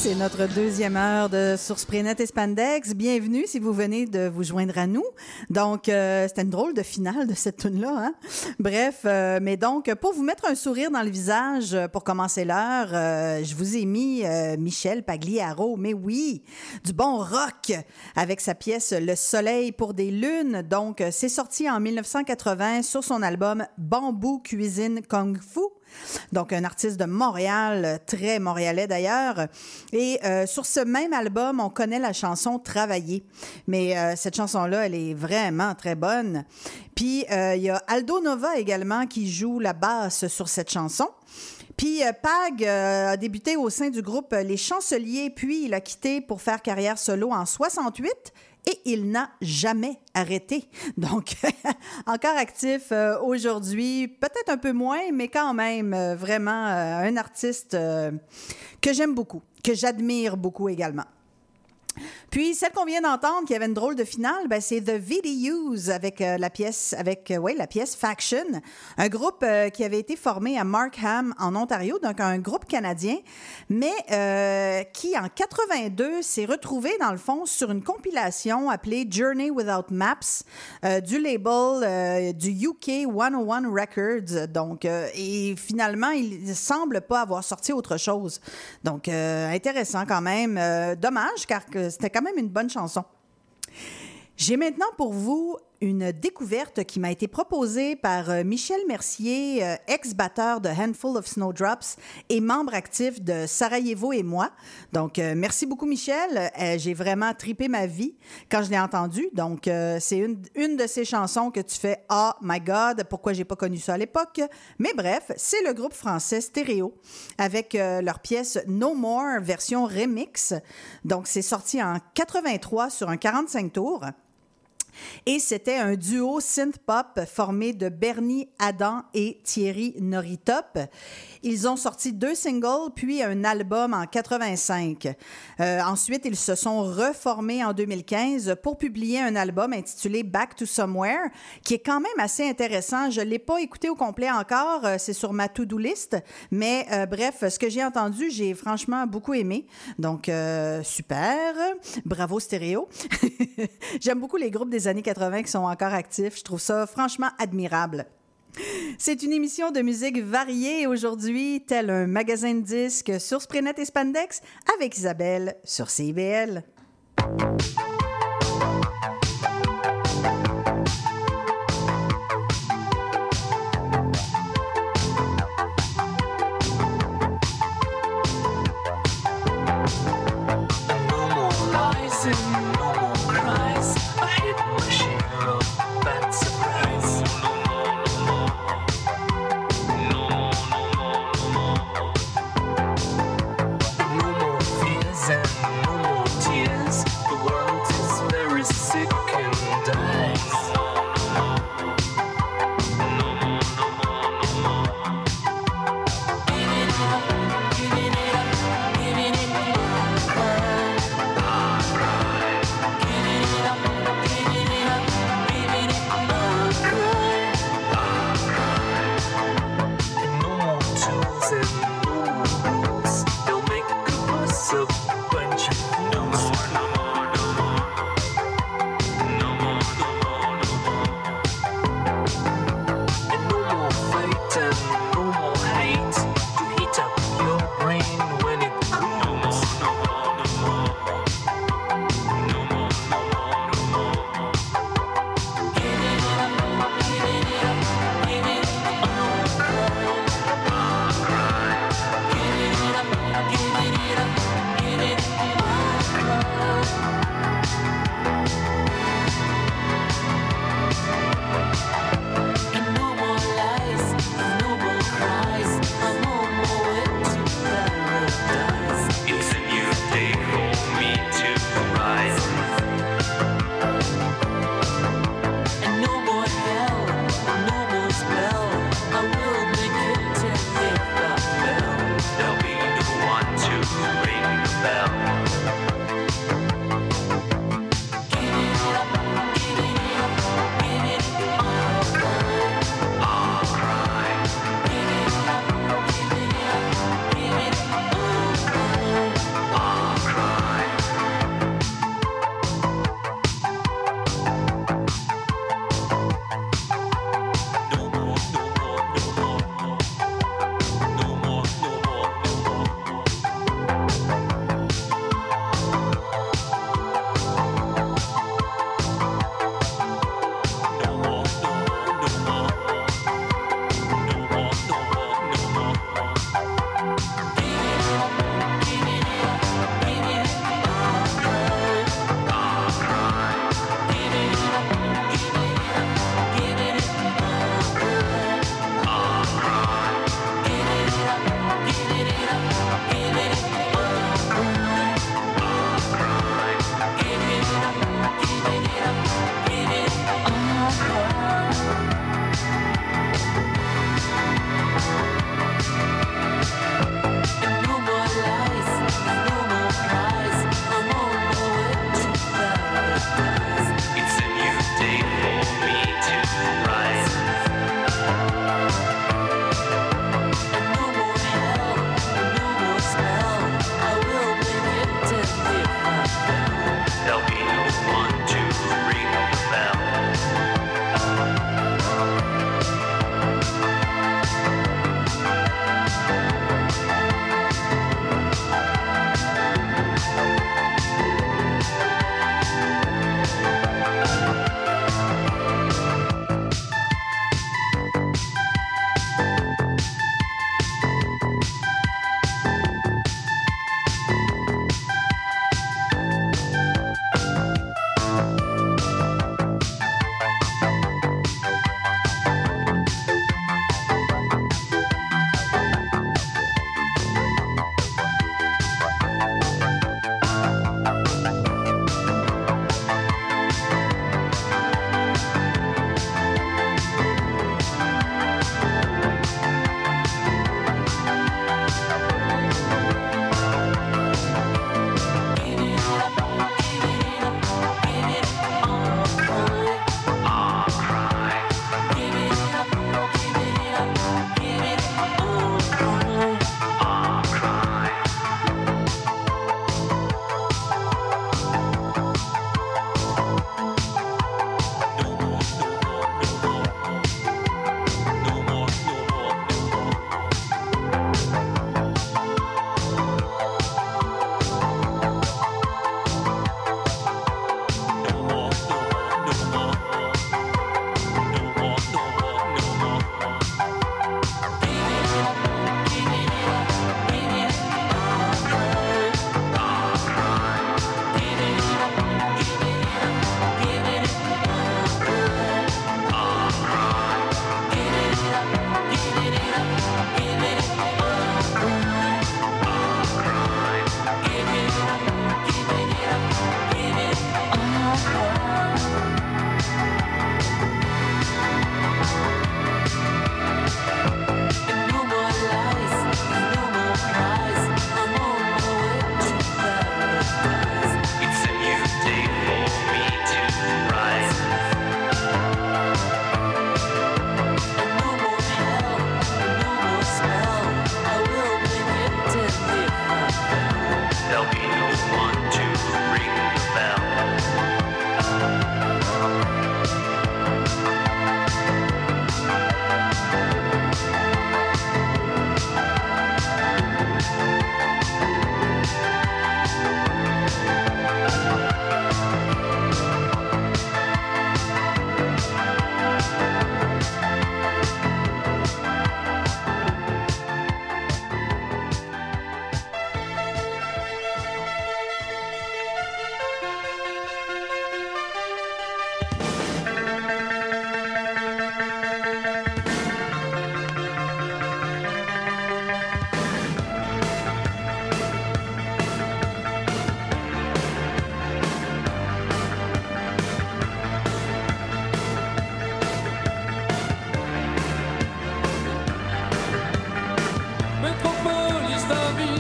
C'est notre deuxième heure de sur Spraynet et Spandex. Bienvenue si vous venez de vous joindre à nous. Donc, euh, c'était une drôle de finale de cette tune-là. Hein? Bref, euh, mais donc, pour vous mettre un sourire dans le visage pour commencer l'heure, euh, je vous ai mis euh, Michel Pagliaro, mais oui, du bon rock, avec sa pièce « Le soleil pour des lunes ». Donc, c'est sorti en dix-neuf cent quatre-vingts sur son album « Bamboo Cuisine Kung Fu ». Donc, un artiste de Montréal, très montréalais d'ailleurs. Et euh, sur ce même album, on connaît la chanson « Travailler ». Mais euh, cette chanson-là, elle est vraiment très bonne. Puis, euh, il y a Aldo Nova également qui joue la basse sur cette chanson. Puis euh, Pag euh, a débuté au sein du groupe Les Chanceliers, puis il a quitté pour faire carrière solo en soixante-huit. Et il n'a jamais arrêté. Donc, encore actif euh, aujourd'hui, peut-être un peu moins, mais quand même, euh, vraiment euh, un artiste euh, que j'aime beaucoup, que j'admire beaucoup également. Puis, celle qu'on vient d'entendre, qui avait une drôle de finale, ben, c'est The V D Us avec euh, la pièce, avec euh, ouais, la pièce Faction, un groupe euh, qui avait été formé à Markham, en Ontario, donc un groupe canadien, mais euh, qui, en quatre-vingt-deux, s'est retrouvé, dans le fond, sur une compilation appelée Journey Without Maps euh, du label euh, du U K cent un Records. Donc, euh, et finalement, il ne semble pas avoir sorti autre chose. Donc, euh, intéressant quand même. Euh, dommage, car que c'était quand même une bonne chanson. J'ai maintenant pour vous une découverte qui m'a été proposée par euh, Michel Mercier, euh, ex-batteur de Handful of Snowdrops et membre actif de Sarajevo et moi. Donc, euh, merci beaucoup, Michel. Euh, j'ai vraiment tripé ma vie quand je l'ai entendu. Donc, euh, c'est une, une de ces chansons que tu fais « Oh my God, pourquoi j'ai pas connu ça à l'époque? » Mais bref, c'est le groupe français Stéréo avec euh, leur pièce « No More » version remix. Donc, c'est sorti en quatre-vingt-trois sur un quarante-cinq tours. Et c'était un duo synth-pop formé de Bernie Adam et Thierry Noritop. Ils ont sorti deux singles, puis un album en quatre-vingt-cinq. Euh, ensuite, ils se sont reformés en deux mille quinze pour publier un album intitulé Back to Somewhere, qui est quand même assez intéressant. Je ne l'ai pas écouté au complet encore, c'est sur ma to-do list, mais euh, bref, ce que j'ai entendu, j'ai franchement beaucoup aimé. Donc, euh, super. Bravo Stéréo. J'aime beaucoup les groupes des années quatre-vingt qui sont encore actifs. Je trouve ça franchement admirable. C'est une émission de musique variée aujourd'hui, tel un magasin de disques sur Spraynet et Spandex avec Isabelle sur C I B L. Give it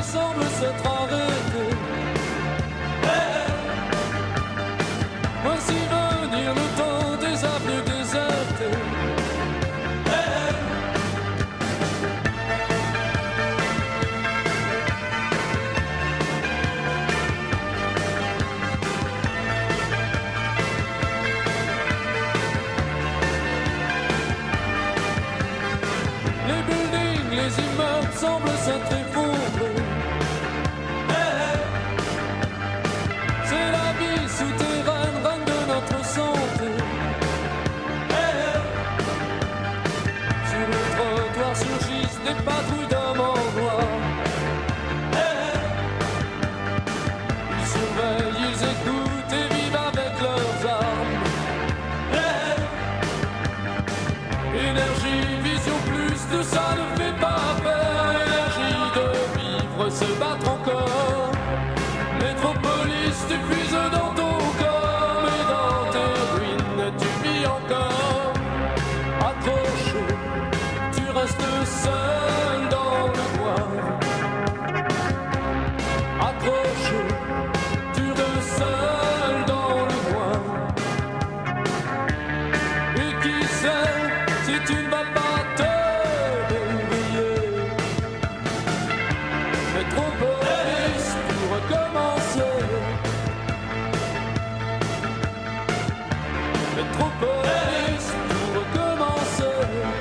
semble s'être arrêté. Hey, voici venir le temps des avenues désertées. Hey, les buildings, les immeubles semblent s'être effondrés. Hey, c'est la vie souterraine, reine de notre santé. Hey, sur le trottoir surgissent des patrouilles d'hommes en noir. Hey, ils surveillent, ils écoutent et vivent avec leurs armes. Hey, énergie, vision, plus de ça ne fait pas peur. Énergie de vivre, se battre encore. Métropolis, tu puises dans ton corps, mais dans tes ruines, tu vis encore. Accroché, tu restes seul dans le noir. Accroché, tu restes seul dans le noir. Et qui sait si tu ne vas pas te réveiller. Métropolis pour recommencer. Métropolis pour recommencer.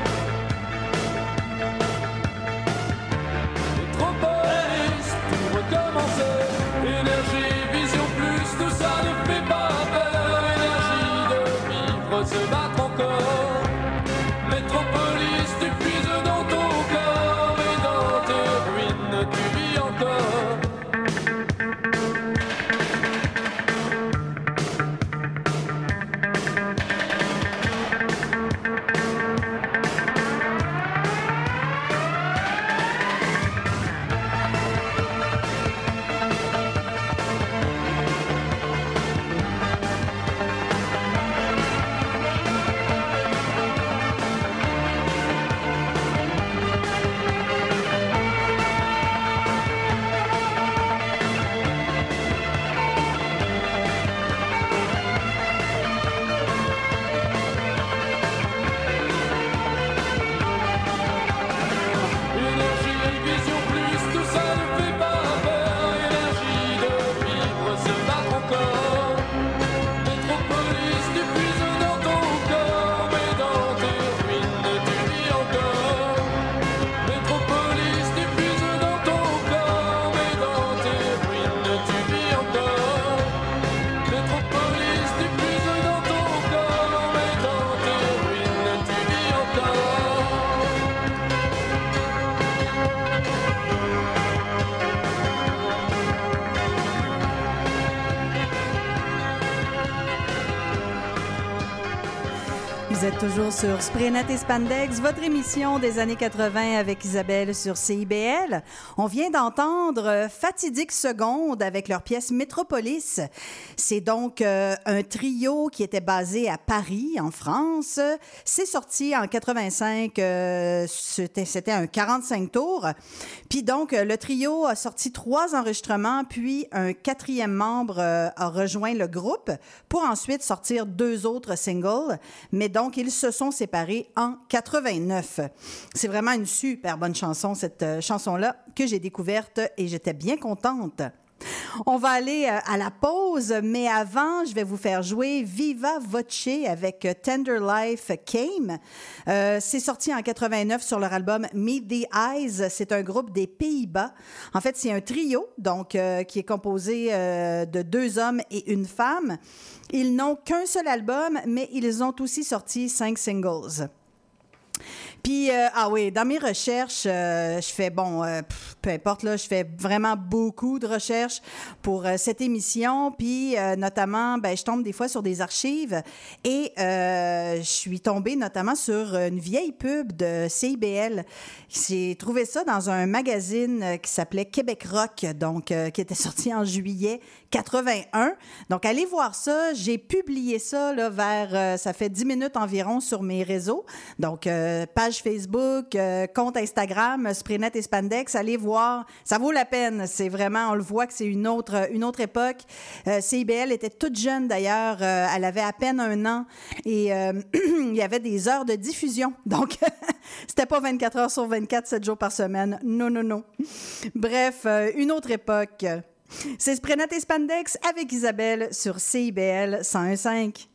Métropolis pour recommencer. Énergie, vision, plus, tout ça ne fait pas peur. Énergie de vivre, se battre encore. Métropolis, tu puises dans ton corps et dans tes ruines, tu vis encore. Énergie, vision, plus, tout ça ne fait pas peur. Énergie de vivre, se battre encore. Métropolis, tu puises dans ton corps, mais dans tes ruines, tu vis encore. Métropolis, tu puises dans ton corps, mais dans tes ruines, tu vis encore. Métropolis, tu puises dans ton corps, mais dans tes ruines, tu vis encore. Vous êtes toujours sur Spraynet et Spandex, votre émission des années quatre-vingt avec Isabelle sur C I B L. On vient d'entendre Fatidique Seconde avec leur pièce Métropolis. C'est donc euh, un trio qui était basé à Paris, en France. C'est sorti en quatre-vingt-cinq, euh, c'était, c'était un quarante-cinq tours. Puis donc, euh, le trio a sorti trois enregistrements, puis un quatrième membre euh, a rejoint le groupe pour ensuite sortir deux autres singles. Mais donc, ils se sont séparés en quatre-vingt-neuf. C'est vraiment une super bonne chanson, cette euh, chanson-là, que j'ai découverte et j'étais bien contente. On va aller euh, à la pause, mais avant, je vais vous faire jouer Viva Voce avec euh, Tender Life Came. Euh, c'est sorti en quatre-vingt-neuf sur leur album Meet the Eyes. C'est un groupe des Pays-Bas. En fait, c'est un trio, donc euh, qui est composé euh, de deux hommes et une femme. Ils n'ont qu'un seul album, mais ils ont aussi sorti cinq singles. Puis, euh, ah oui, dans mes recherches, euh, je fais, bon, euh, pff, peu importe, là, je fais vraiment beaucoup de recherches pour euh, cette émission. Puis, euh, notamment, ben, je tombe des fois sur des archives et euh, je suis tombée notamment sur une vieille pub de C I B L. J'ai trouvé ça dans un magazine qui s'appelait Québec Rock, donc, euh, qui était sorti en juillet quatre-vingt-un. Donc, allez voir ça. J'ai publié ça là, vers, euh, ça fait dix minutes environ sur mes réseaux. Donc, euh, page Facebook, euh, compte Instagram, Spraynet et Spandex. Allez voir voir. Ça vaut la peine. C'est vraiment, on le voit que c'est une autre, une autre époque. Euh, C I B L était toute jeune d'ailleurs. Euh, elle avait à peine un an et euh, il y avait des heures de diffusion. Donc, c'était pas vingt-quatre heures sur vingt-quatre, sept jours par semaine. Non, non, non. Bref, euh, une autre époque. C'est Spraynet et Spandex avec Isabelle sur C I B L cent un virgule cinq.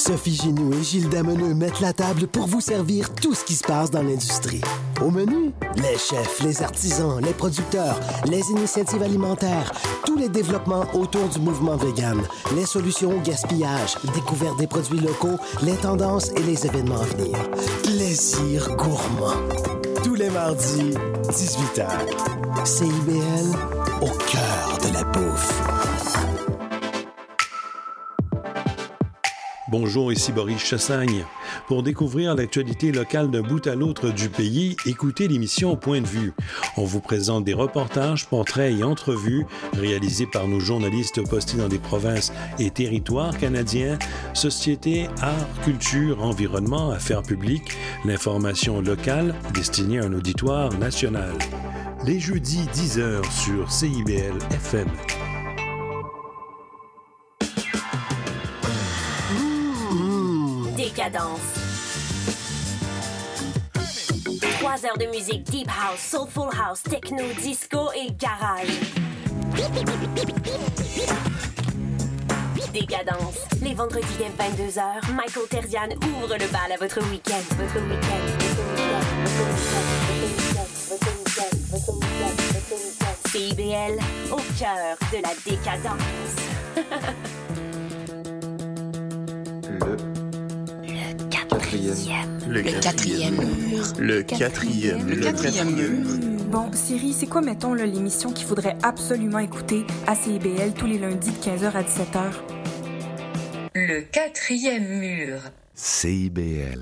Sophie Ginoux et Gilles Dameneux mettent la table pour vous servir tout ce qui se passe dans l'industrie. Au menu, les chefs, les artisans, les producteurs, les initiatives alimentaires, tous les développements autour du mouvement vegan, les solutions au gaspillage, découverte des produits locaux, les tendances et les événements à venir. Plaisir gourmand. Tous les mardis, dix-huit heures. C I B L, au cœur de la bouffe. Bonjour, ici Boris Chassagne. Pour découvrir l'actualité locale d'un bout à l'autre du pays, écoutez l'émission Point de vue. On vous présente des reportages, portraits et entrevues réalisés par nos journalistes postés dans des provinces et territoires canadiens, société, art, culture, environnement, affaires publiques, l'information locale destinée à un auditoire national. Les jeudis dix heures sur C I B L F M. Décadence. Trois heures de musique deep house, soulful house, techno, disco et garage. Décadence. Les vendredis dès vingt-deux heures, Michael Terzian ouvre le bal à votre week-end. Votre week-end. C I B L, au cœur de la décadence. Le quatrième. Le quatrième. Le quatrième. Le quatrième mur. Bon, Siri, c'est quoi, mettons, là, l'émission qu'il faudrait absolument écouter à C I B L tous les lundis de quinze heures à dix-sept heures? Le quatrième mur. C I B L.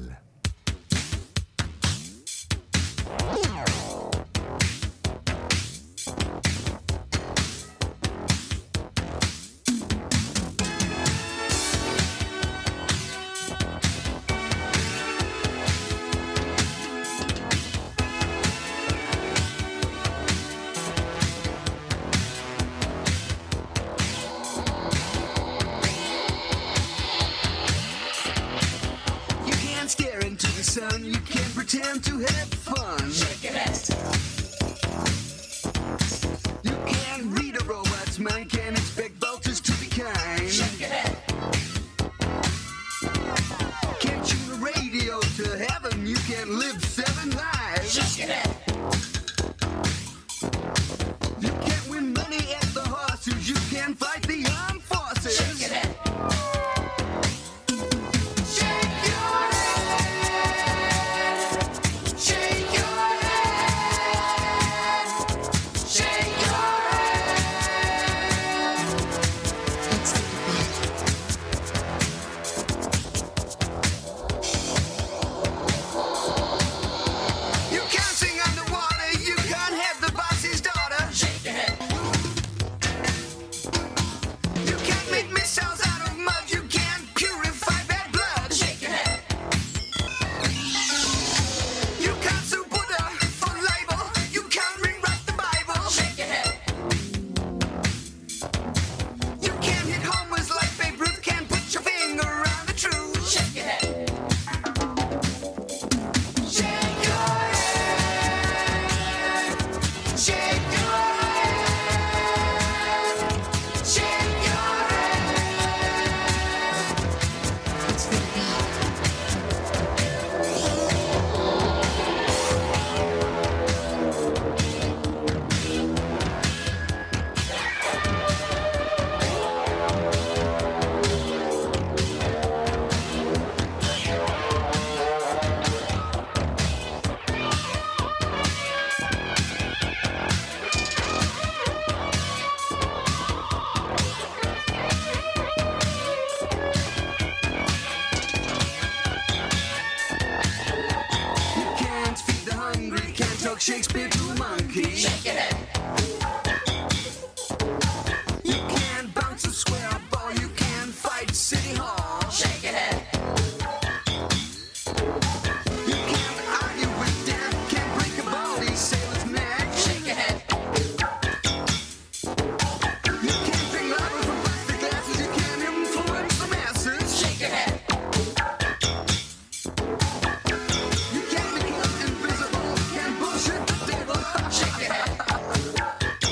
Shakespeare to a monkey. Shake your head. You can't bounce a square ball. You can't fight City Hall. Shake your head. You can't argue with death. Can't break a baldy sailor's neck. Shake your head. You can't drink lava from plastic glasses. You can't influence the masses. Shake your head. You can't become invisible. Can't bullshit the devil. Shake your head.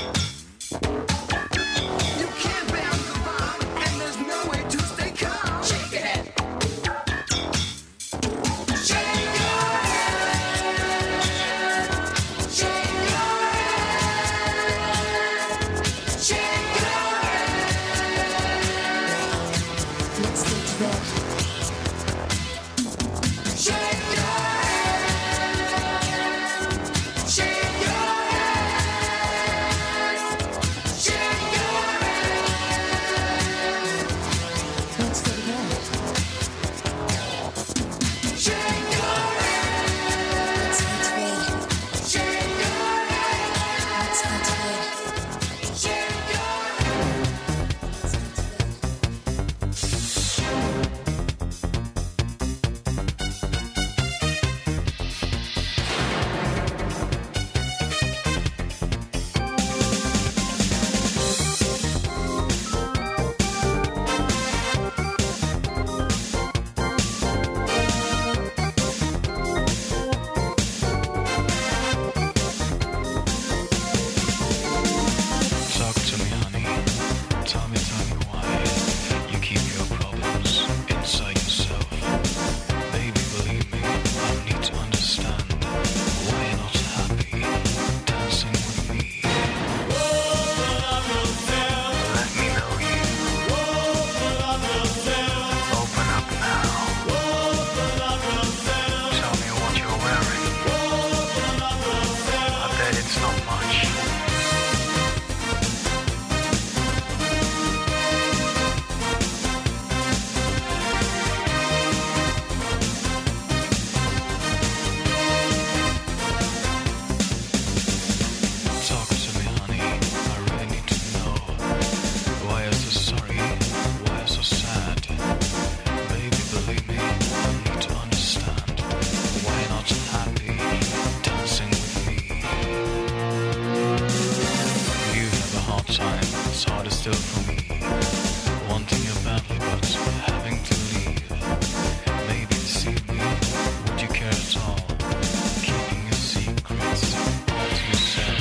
still for me. Wanting you badly, but having to leave. Maybe deceive me. Would you care at all? Keeping your secrets all to yourself.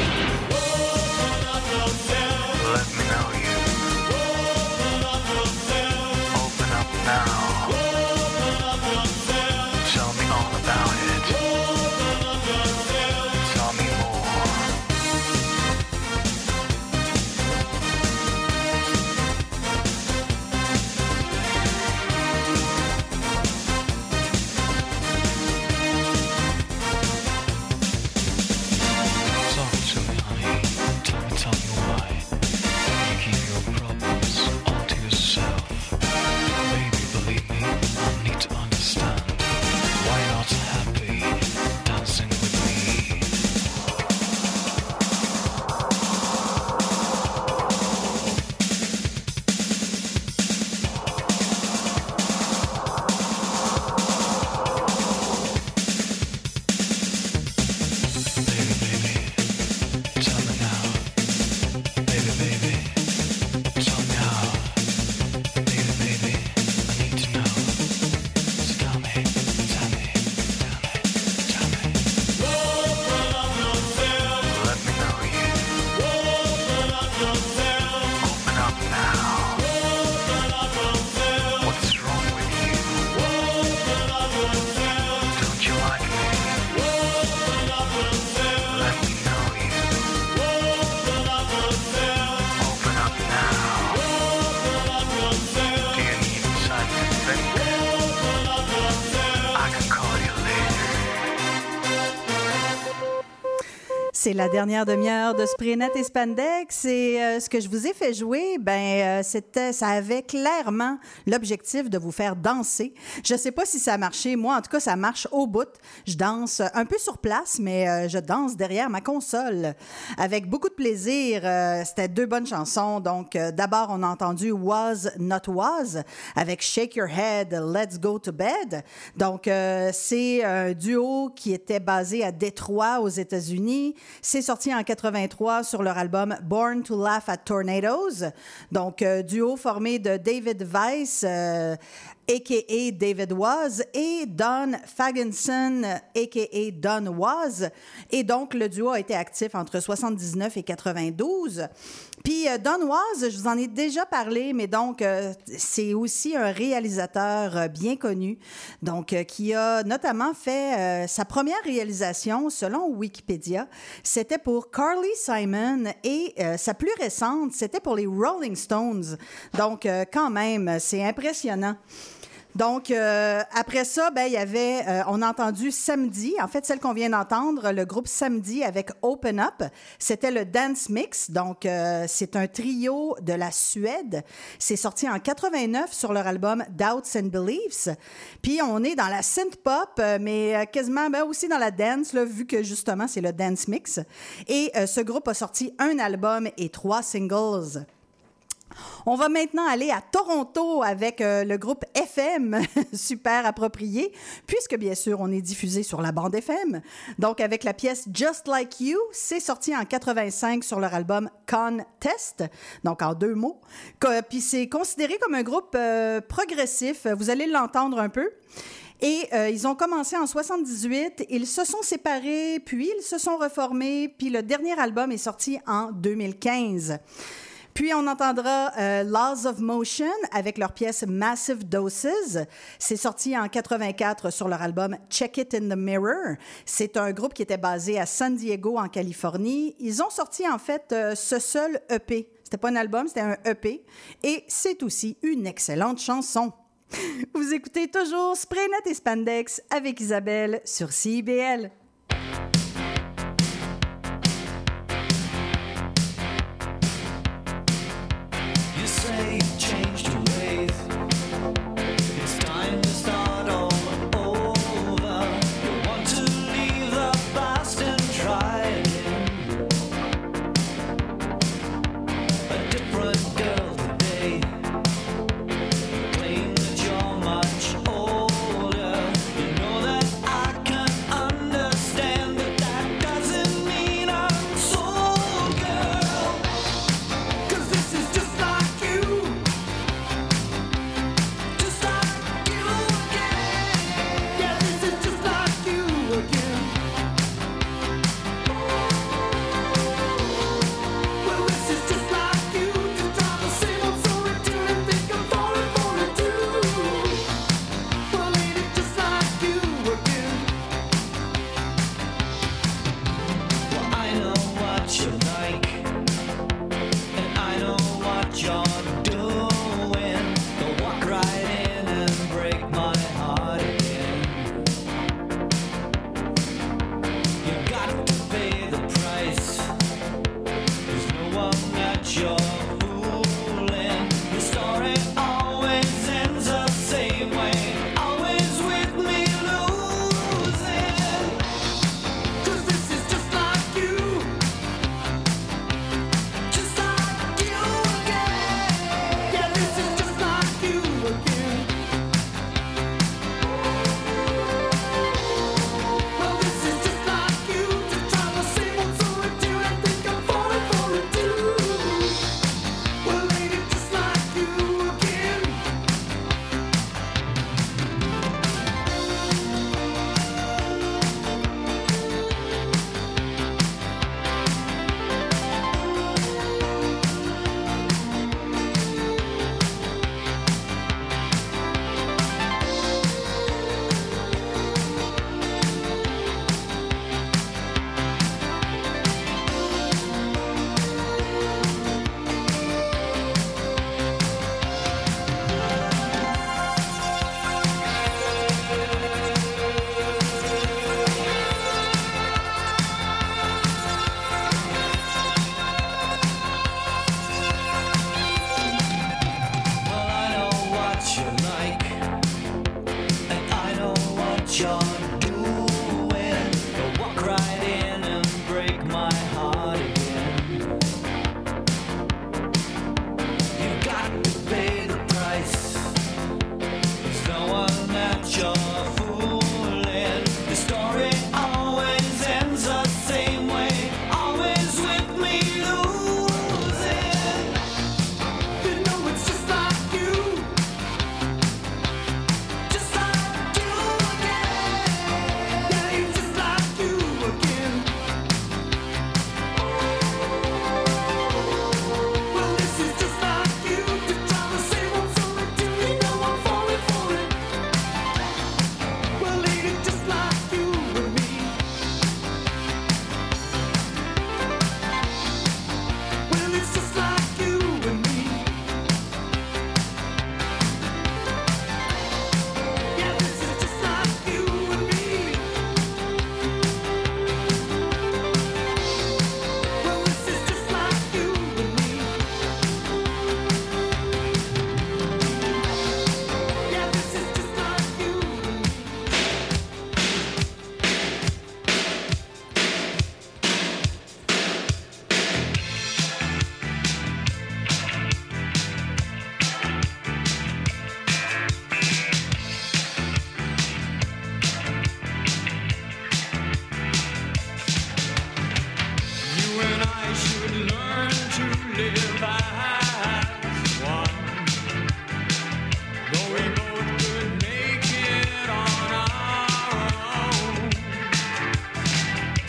Let me know you. Open up now. Tell me all about it. Tell me more. Talk to me, honey. Tell me, tell me why. You keep your problems all to yourself. Baby, believe me, I need to understand. Why not happy dancing with me? Baby, baby, tell me now. Baby, baby, tell me how. Baby, baby, I need to know. So tell me, tell me, tell me, tell me. Let me know you. Open up now. What's wrong with you? Don't you like me? Let me know you. Open up now. Do you need time to think? I can call you later. C'est la dernière demi-heure de Spraynet et Spandex et euh, ce que je vous ai fait jouer, ben euh, c'était, ça avait clairement l'objectif de vous faire danser. Je sais pas si ça a marché, moi en tout cas ça marche au bout. Je danse un peu sur place, mais euh, je danse derrière ma console avec beaucoup de plaisir. Euh, c'était deux bonnes chansons. Donc euh, d'abord on a entendu Was Not Was avec Shake Your Head, Let's Go to Bed. Donc euh, c'est un duo qui était basé à Détroit aux États-Unis. C'est sorti en quatre-vingt-trois sur leur album Born to Laugh at Tornadoes. Donc, euh, duo formé de David Weiss, euh, a k a. David Was, et Don Fagenson, a k a. Don Was. Et donc, le duo a été actif entre soixante-dix-neuf et quatre-vingt-douze. Puis, euh, Don Was, je vous en ai déjà parlé, mais donc, euh, c'est aussi un réalisateur euh, bien connu, donc, euh, qui a notamment fait euh, sa première réalisation, selon Wikipédia, c'était pour Carly Simon, et euh, sa plus récente, c'était pour les Rolling Stones. Donc, euh, quand même, c'est impressionnant. Donc, euh, après ça, ben, il y avait, euh, on a entendu Samedi, en fait, celle qu'on vient d'entendre, le groupe Samedi avec Open Up. C'était le Dance Mix, donc euh, c'est un trio de la Suède. C'est sorti en quatre-vingt-neuf sur leur album Doubts and Beliefs. Puis, on est dans la synth-pop, euh, mais euh, quasiment ben, aussi dans la dance, là, vu que justement, c'est le Dance Mix. Et euh, ce groupe a sorti un album et trois singles. On va maintenant aller à Toronto avec euh, le groupe F M, super approprié, puisque bien sûr, on est diffusé sur la bande F M. Donc, avec la pièce Just Like You, c'est sorti en quatre-vingt-cinq sur leur album Contest, donc en deux mots. Puis c'est considéré comme un groupe euh, progressif, vous allez l'entendre un peu. Et euh, ils ont commencé en soixante-dix-huit, ils se sont séparés, puis ils se sont reformés, puis le dernier album est sorti en deux mille quinze. Puis, on entendra euh, Laws of Motion avec leur pièce Massive Doses. C'est sorti en quatre-vingt-quatre sur leur album Check It in the Mirror. C'est un groupe qui était basé à San Diego, en Californie. Ils ont sorti, en fait, euh, ce seul E P. C'était pas un album, c'était un E P. Et c'est aussi une excellente chanson. Vous écoutez toujours Spraynet et Spandex avec Isabelle sur C I B L. Much older, you know that I can understand.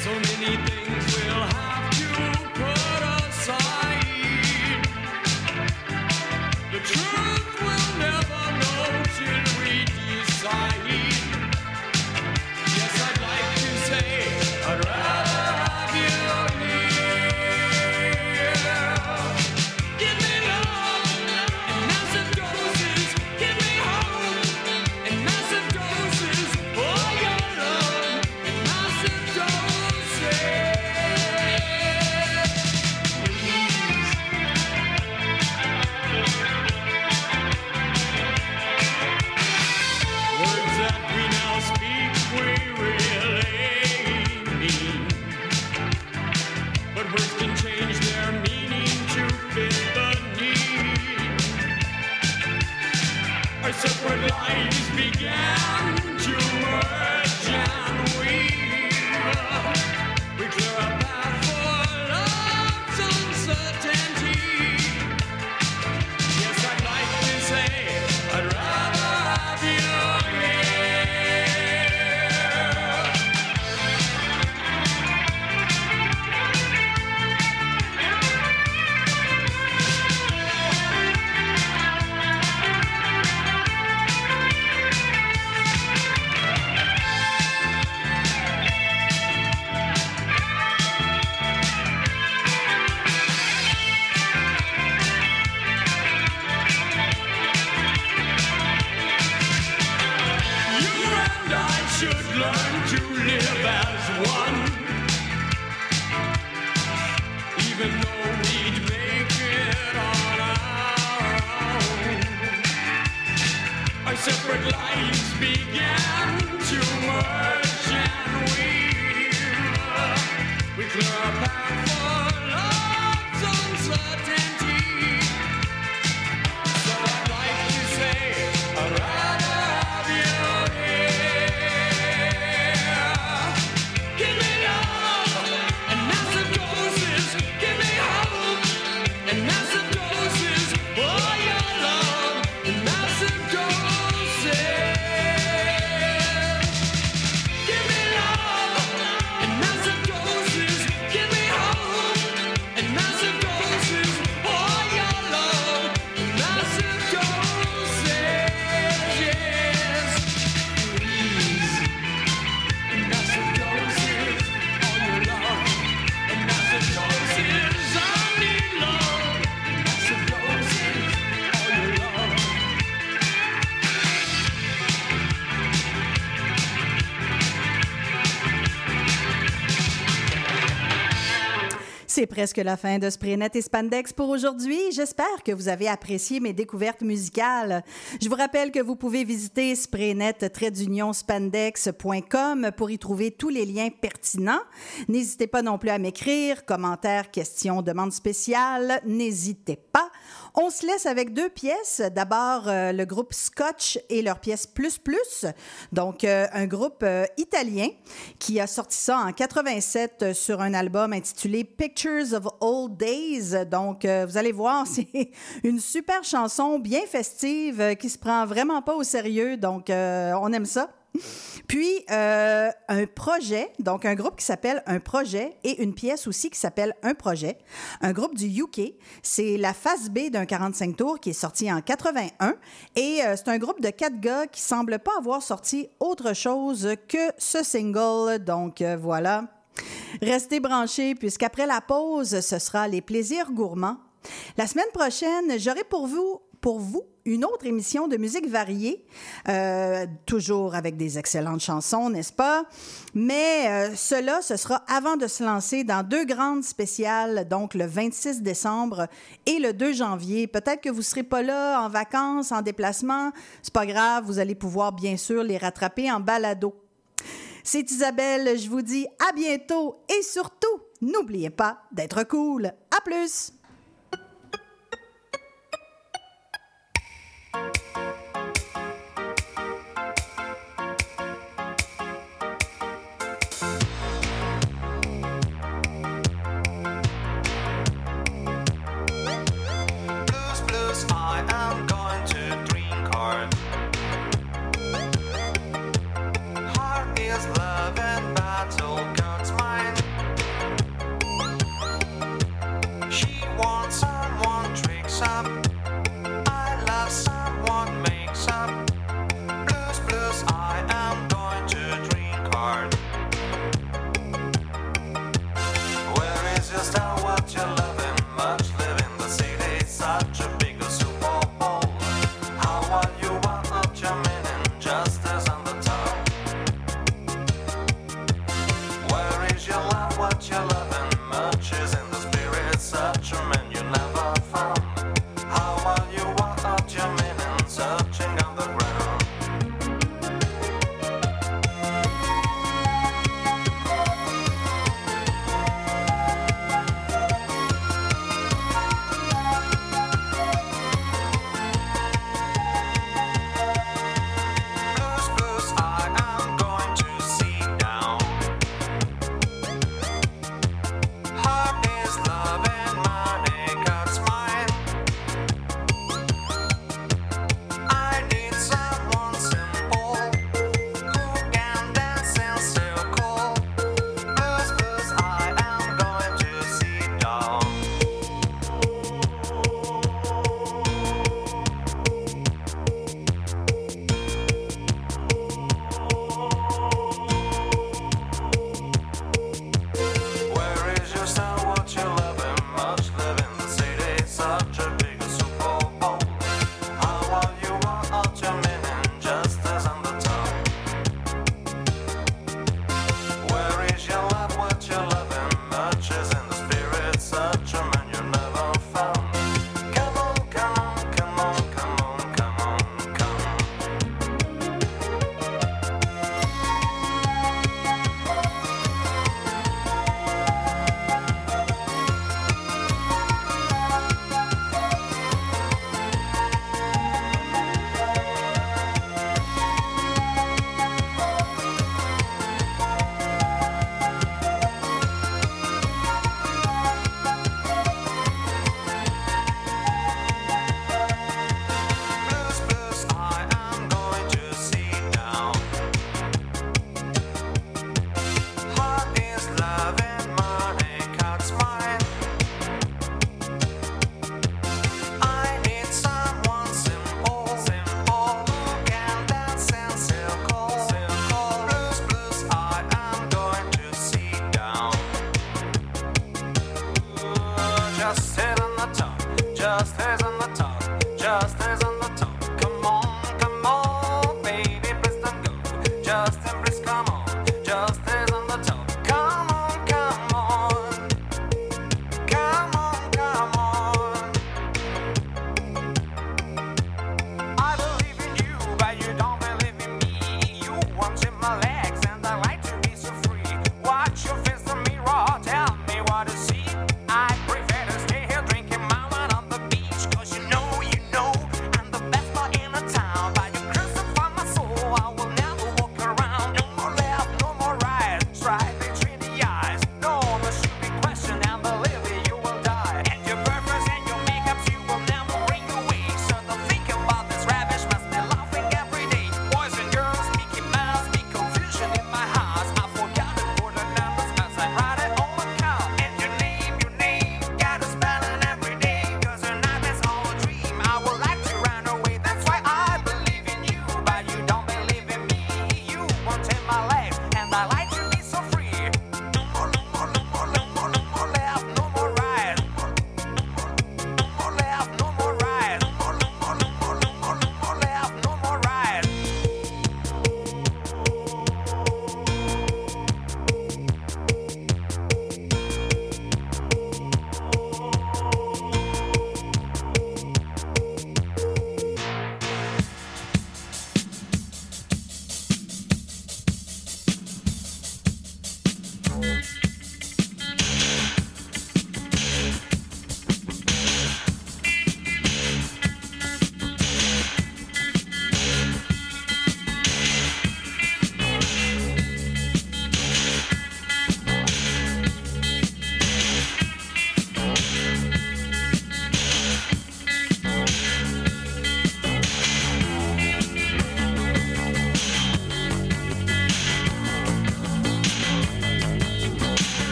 So many things we'll have to put aside. The truth we'll never know till we decide. Yes, I'd like to say I'd rather have you here. Give me love in massive doses. Give me hope in massive doses. Oh, your love in massive doses. Words that we now speak, we really mean. But words can change their meaning to fit the need. Our separate lives began to merge and weave. We clear a path for love's uncertainty. Yes, I'd like to say I'd rather have you You and I should learn to live as one. Even though we'd make it on our own. Our separate lives began to merge and weave. We clear a path for love's uncertainty. So I'd like to say I'd rather have you here. Give me love in massive doses. Give me hope in massive doses. Oh, your love in massive doses. Give me love in massive doses. Give me hope in massive doses. Oh, your love in massive doses. Yes, please. In massive doses. Oh, your love in massive doses. I need love in massive doses. Oh, your love. C'est presque la fin de Spraynet et Spandex pour aujourd'hui. J'espère que vous avez apprécié mes découvertes musicales. Je vous rappelle que vous pouvez visiter spraynet trait d'union spandex point com pour y trouver tous les liens pertinents. N'hésitez pas non plus à m'écrire, commentaires, questions, demandes spéciales. N'hésitez pas. On se laisse avec deux pièces. D'abord, euh, le groupe Scotch et leur pièce Plus Plus. Donc, euh, un groupe euh, italien qui a sorti ça en quatre-vingt-sept sur un album intitulé Pictures of Old Days. Donc, euh, vous allez voir, c'est une super chanson bien festive euh, qui se prend vraiment pas au sérieux. Donc, euh, on aime ça. Puis, euh, un projet, donc un groupe qui s'appelle Un Projet et une pièce aussi qui s'appelle Un Projet. Un groupe du U K. C'est la face B d'un quarante-cinq tours qui est sorti en quatre-vingt-un. Et euh, c'est un groupe de quatre gars qui semble pas avoir sorti autre chose que ce single. Donc, euh, voilà. Restez branchés puisqu'après la pause, ce sera les plaisirs gourmands. La semaine prochaine, j'aurai pour vous, pour vous une autre émission de musique variée, euh, toujours avec des excellentes chansons, n'est-ce pas? Mais euh, cela, ce sera avant de se lancer dans deux grandes spéciales, donc le vingt-six décembre et le deux janvier. Peut-être que vous ne serez pas là en vacances, en déplacement. C'est pas grave, vous allez pouvoir bien sûr les rattraper en balado. C'est Isabelle, je vous dis à bientôt et surtout, n'oubliez pas d'être cool. À plus! Love and battle guns, my your loving much is in the spirit, such a man you never found. How while you walk out your meaning, searching on the ground. Blues, blues, I am going to see down.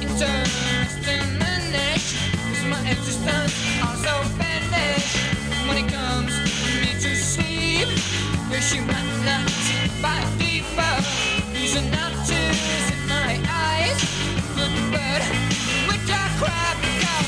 interest in the next. Is my existence also vanished? When it comes to me to sleep, where she might not bite deeper. Reason not to in my eyes, but which I cry because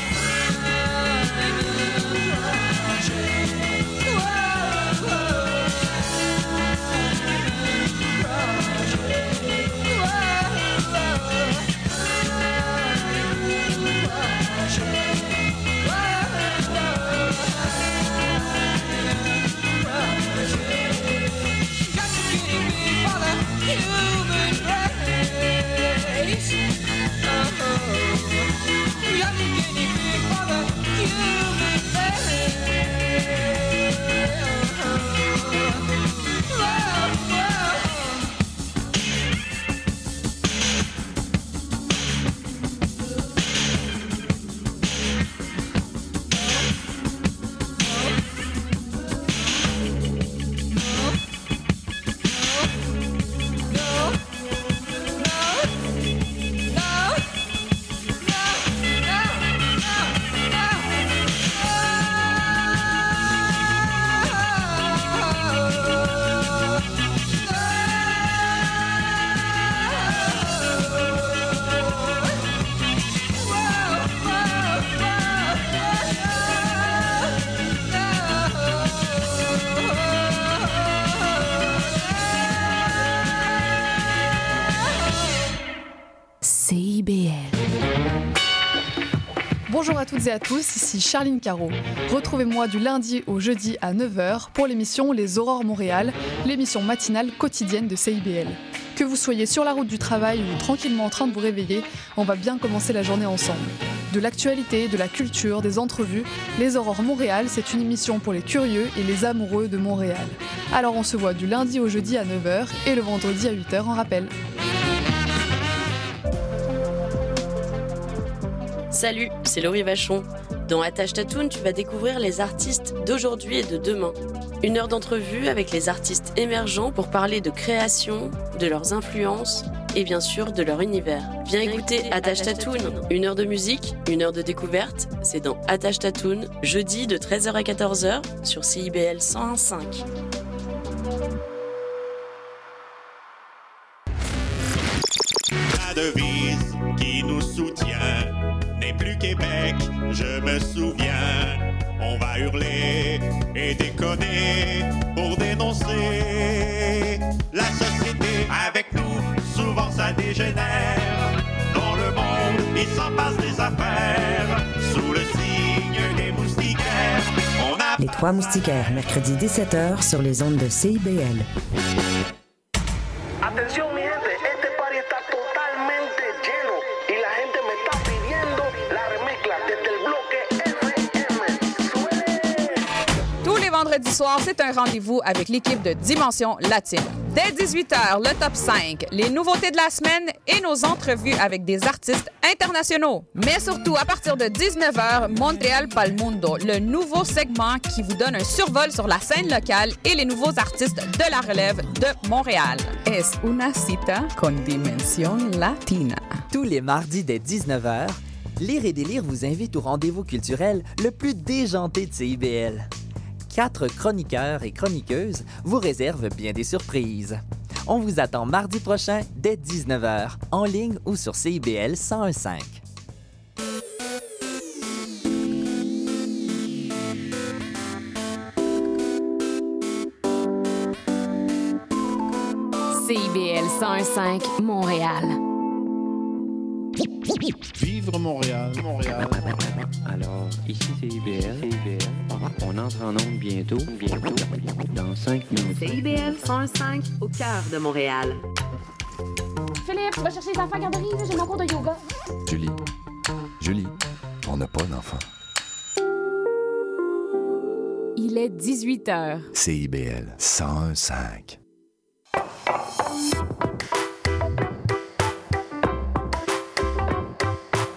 C I B L. Bonjour à toutes et à tous, ici Charline Caro. Retrouvez-moi du lundi au jeudi à neuf heures pour l'émission Les Aurores Montréal, l'émission matinale quotidienne de C I B L. Que vous soyez sur la route du travail ou tranquillement en train de vous réveiller, on va bien commencer la journée ensemble. De l'actualité, de la culture, des entrevues, Les Aurores Montréal, c'est une émission pour les curieux et les amoureux de Montréal. Alors on se voit du lundi au jeudi à neuf heures et le vendredi à huit heures en rappel. Salut, c'est Laurie Vachon. Dans Attache Tatoune, tu vas découvrir les artistes d'aujourd'hui et de demain. Une heure d'entrevue avec les artistes émergents pour parler de création, de leurs influences et bien sûr de leur univers. Viens écouter Attache Tatoune, une heure de musique, une heure de découverte. C'est dans Attache Tatoune, jeudi de treize heures à quatorze heures sur C I B L cent un virgule cinq. La devise qui nous soutient n'est plus Québec, je me souviens. On va hurler et déconner pour dénoncer la société. Avec nous, souvent ça dégénère. Dans le monde, il s'en passe des affaires. Sous le signe des moustiquaires, on a... Les Trois Moustiquaires, mercredi dix-sept heures sur les ondes de C I B L. Atención mi gente, este party está totalmente lleno y la gente me está pidiendo la remezcla desde el bloque Tous les vendredis soirs, c'est un rendez-vous avec l'équipe de Dimension Latine. Dès dix-huit heures, le top cinq, les nouveautés de la semaine et nos entrevues avec des artistes internationaux. Mais surtout, à partir de dix-neuf heures, Montréal Pal Mundo, le nouveau segment qui vous donne un survol sur la scène locale et les nouveaux artistes de la relève de Montréal. Es una cita con Dimension Latina. Tous les mardis dès dix-neuf heures, Lire et Délire vous invite au rendez-vous culturel le plus déjanté de C I B L. Quatre chroniqueurs et chroniqueuses vous réservent bien des surprises. On vous attend mardi prochain dès dix-neuf heures, en ligne ou sur C I B L cent un virgule cinq. C I B L cent un virgule cinq, Montréal. Vivre Montréal, Montréal. Alors, ici c'est I B L. C I B L. On entre en onde bientôt, bientôt, dans cinq minutes. C I B L cent un virgule cinq, au cœur de Montréal. Philippe, tu vas chercher les enfants à garderie, j'ai mon cours de yoga. Julie, Julie, on n'a pas d'enfant. Il est dix-huit heures. C I B L cent un virgule cinq.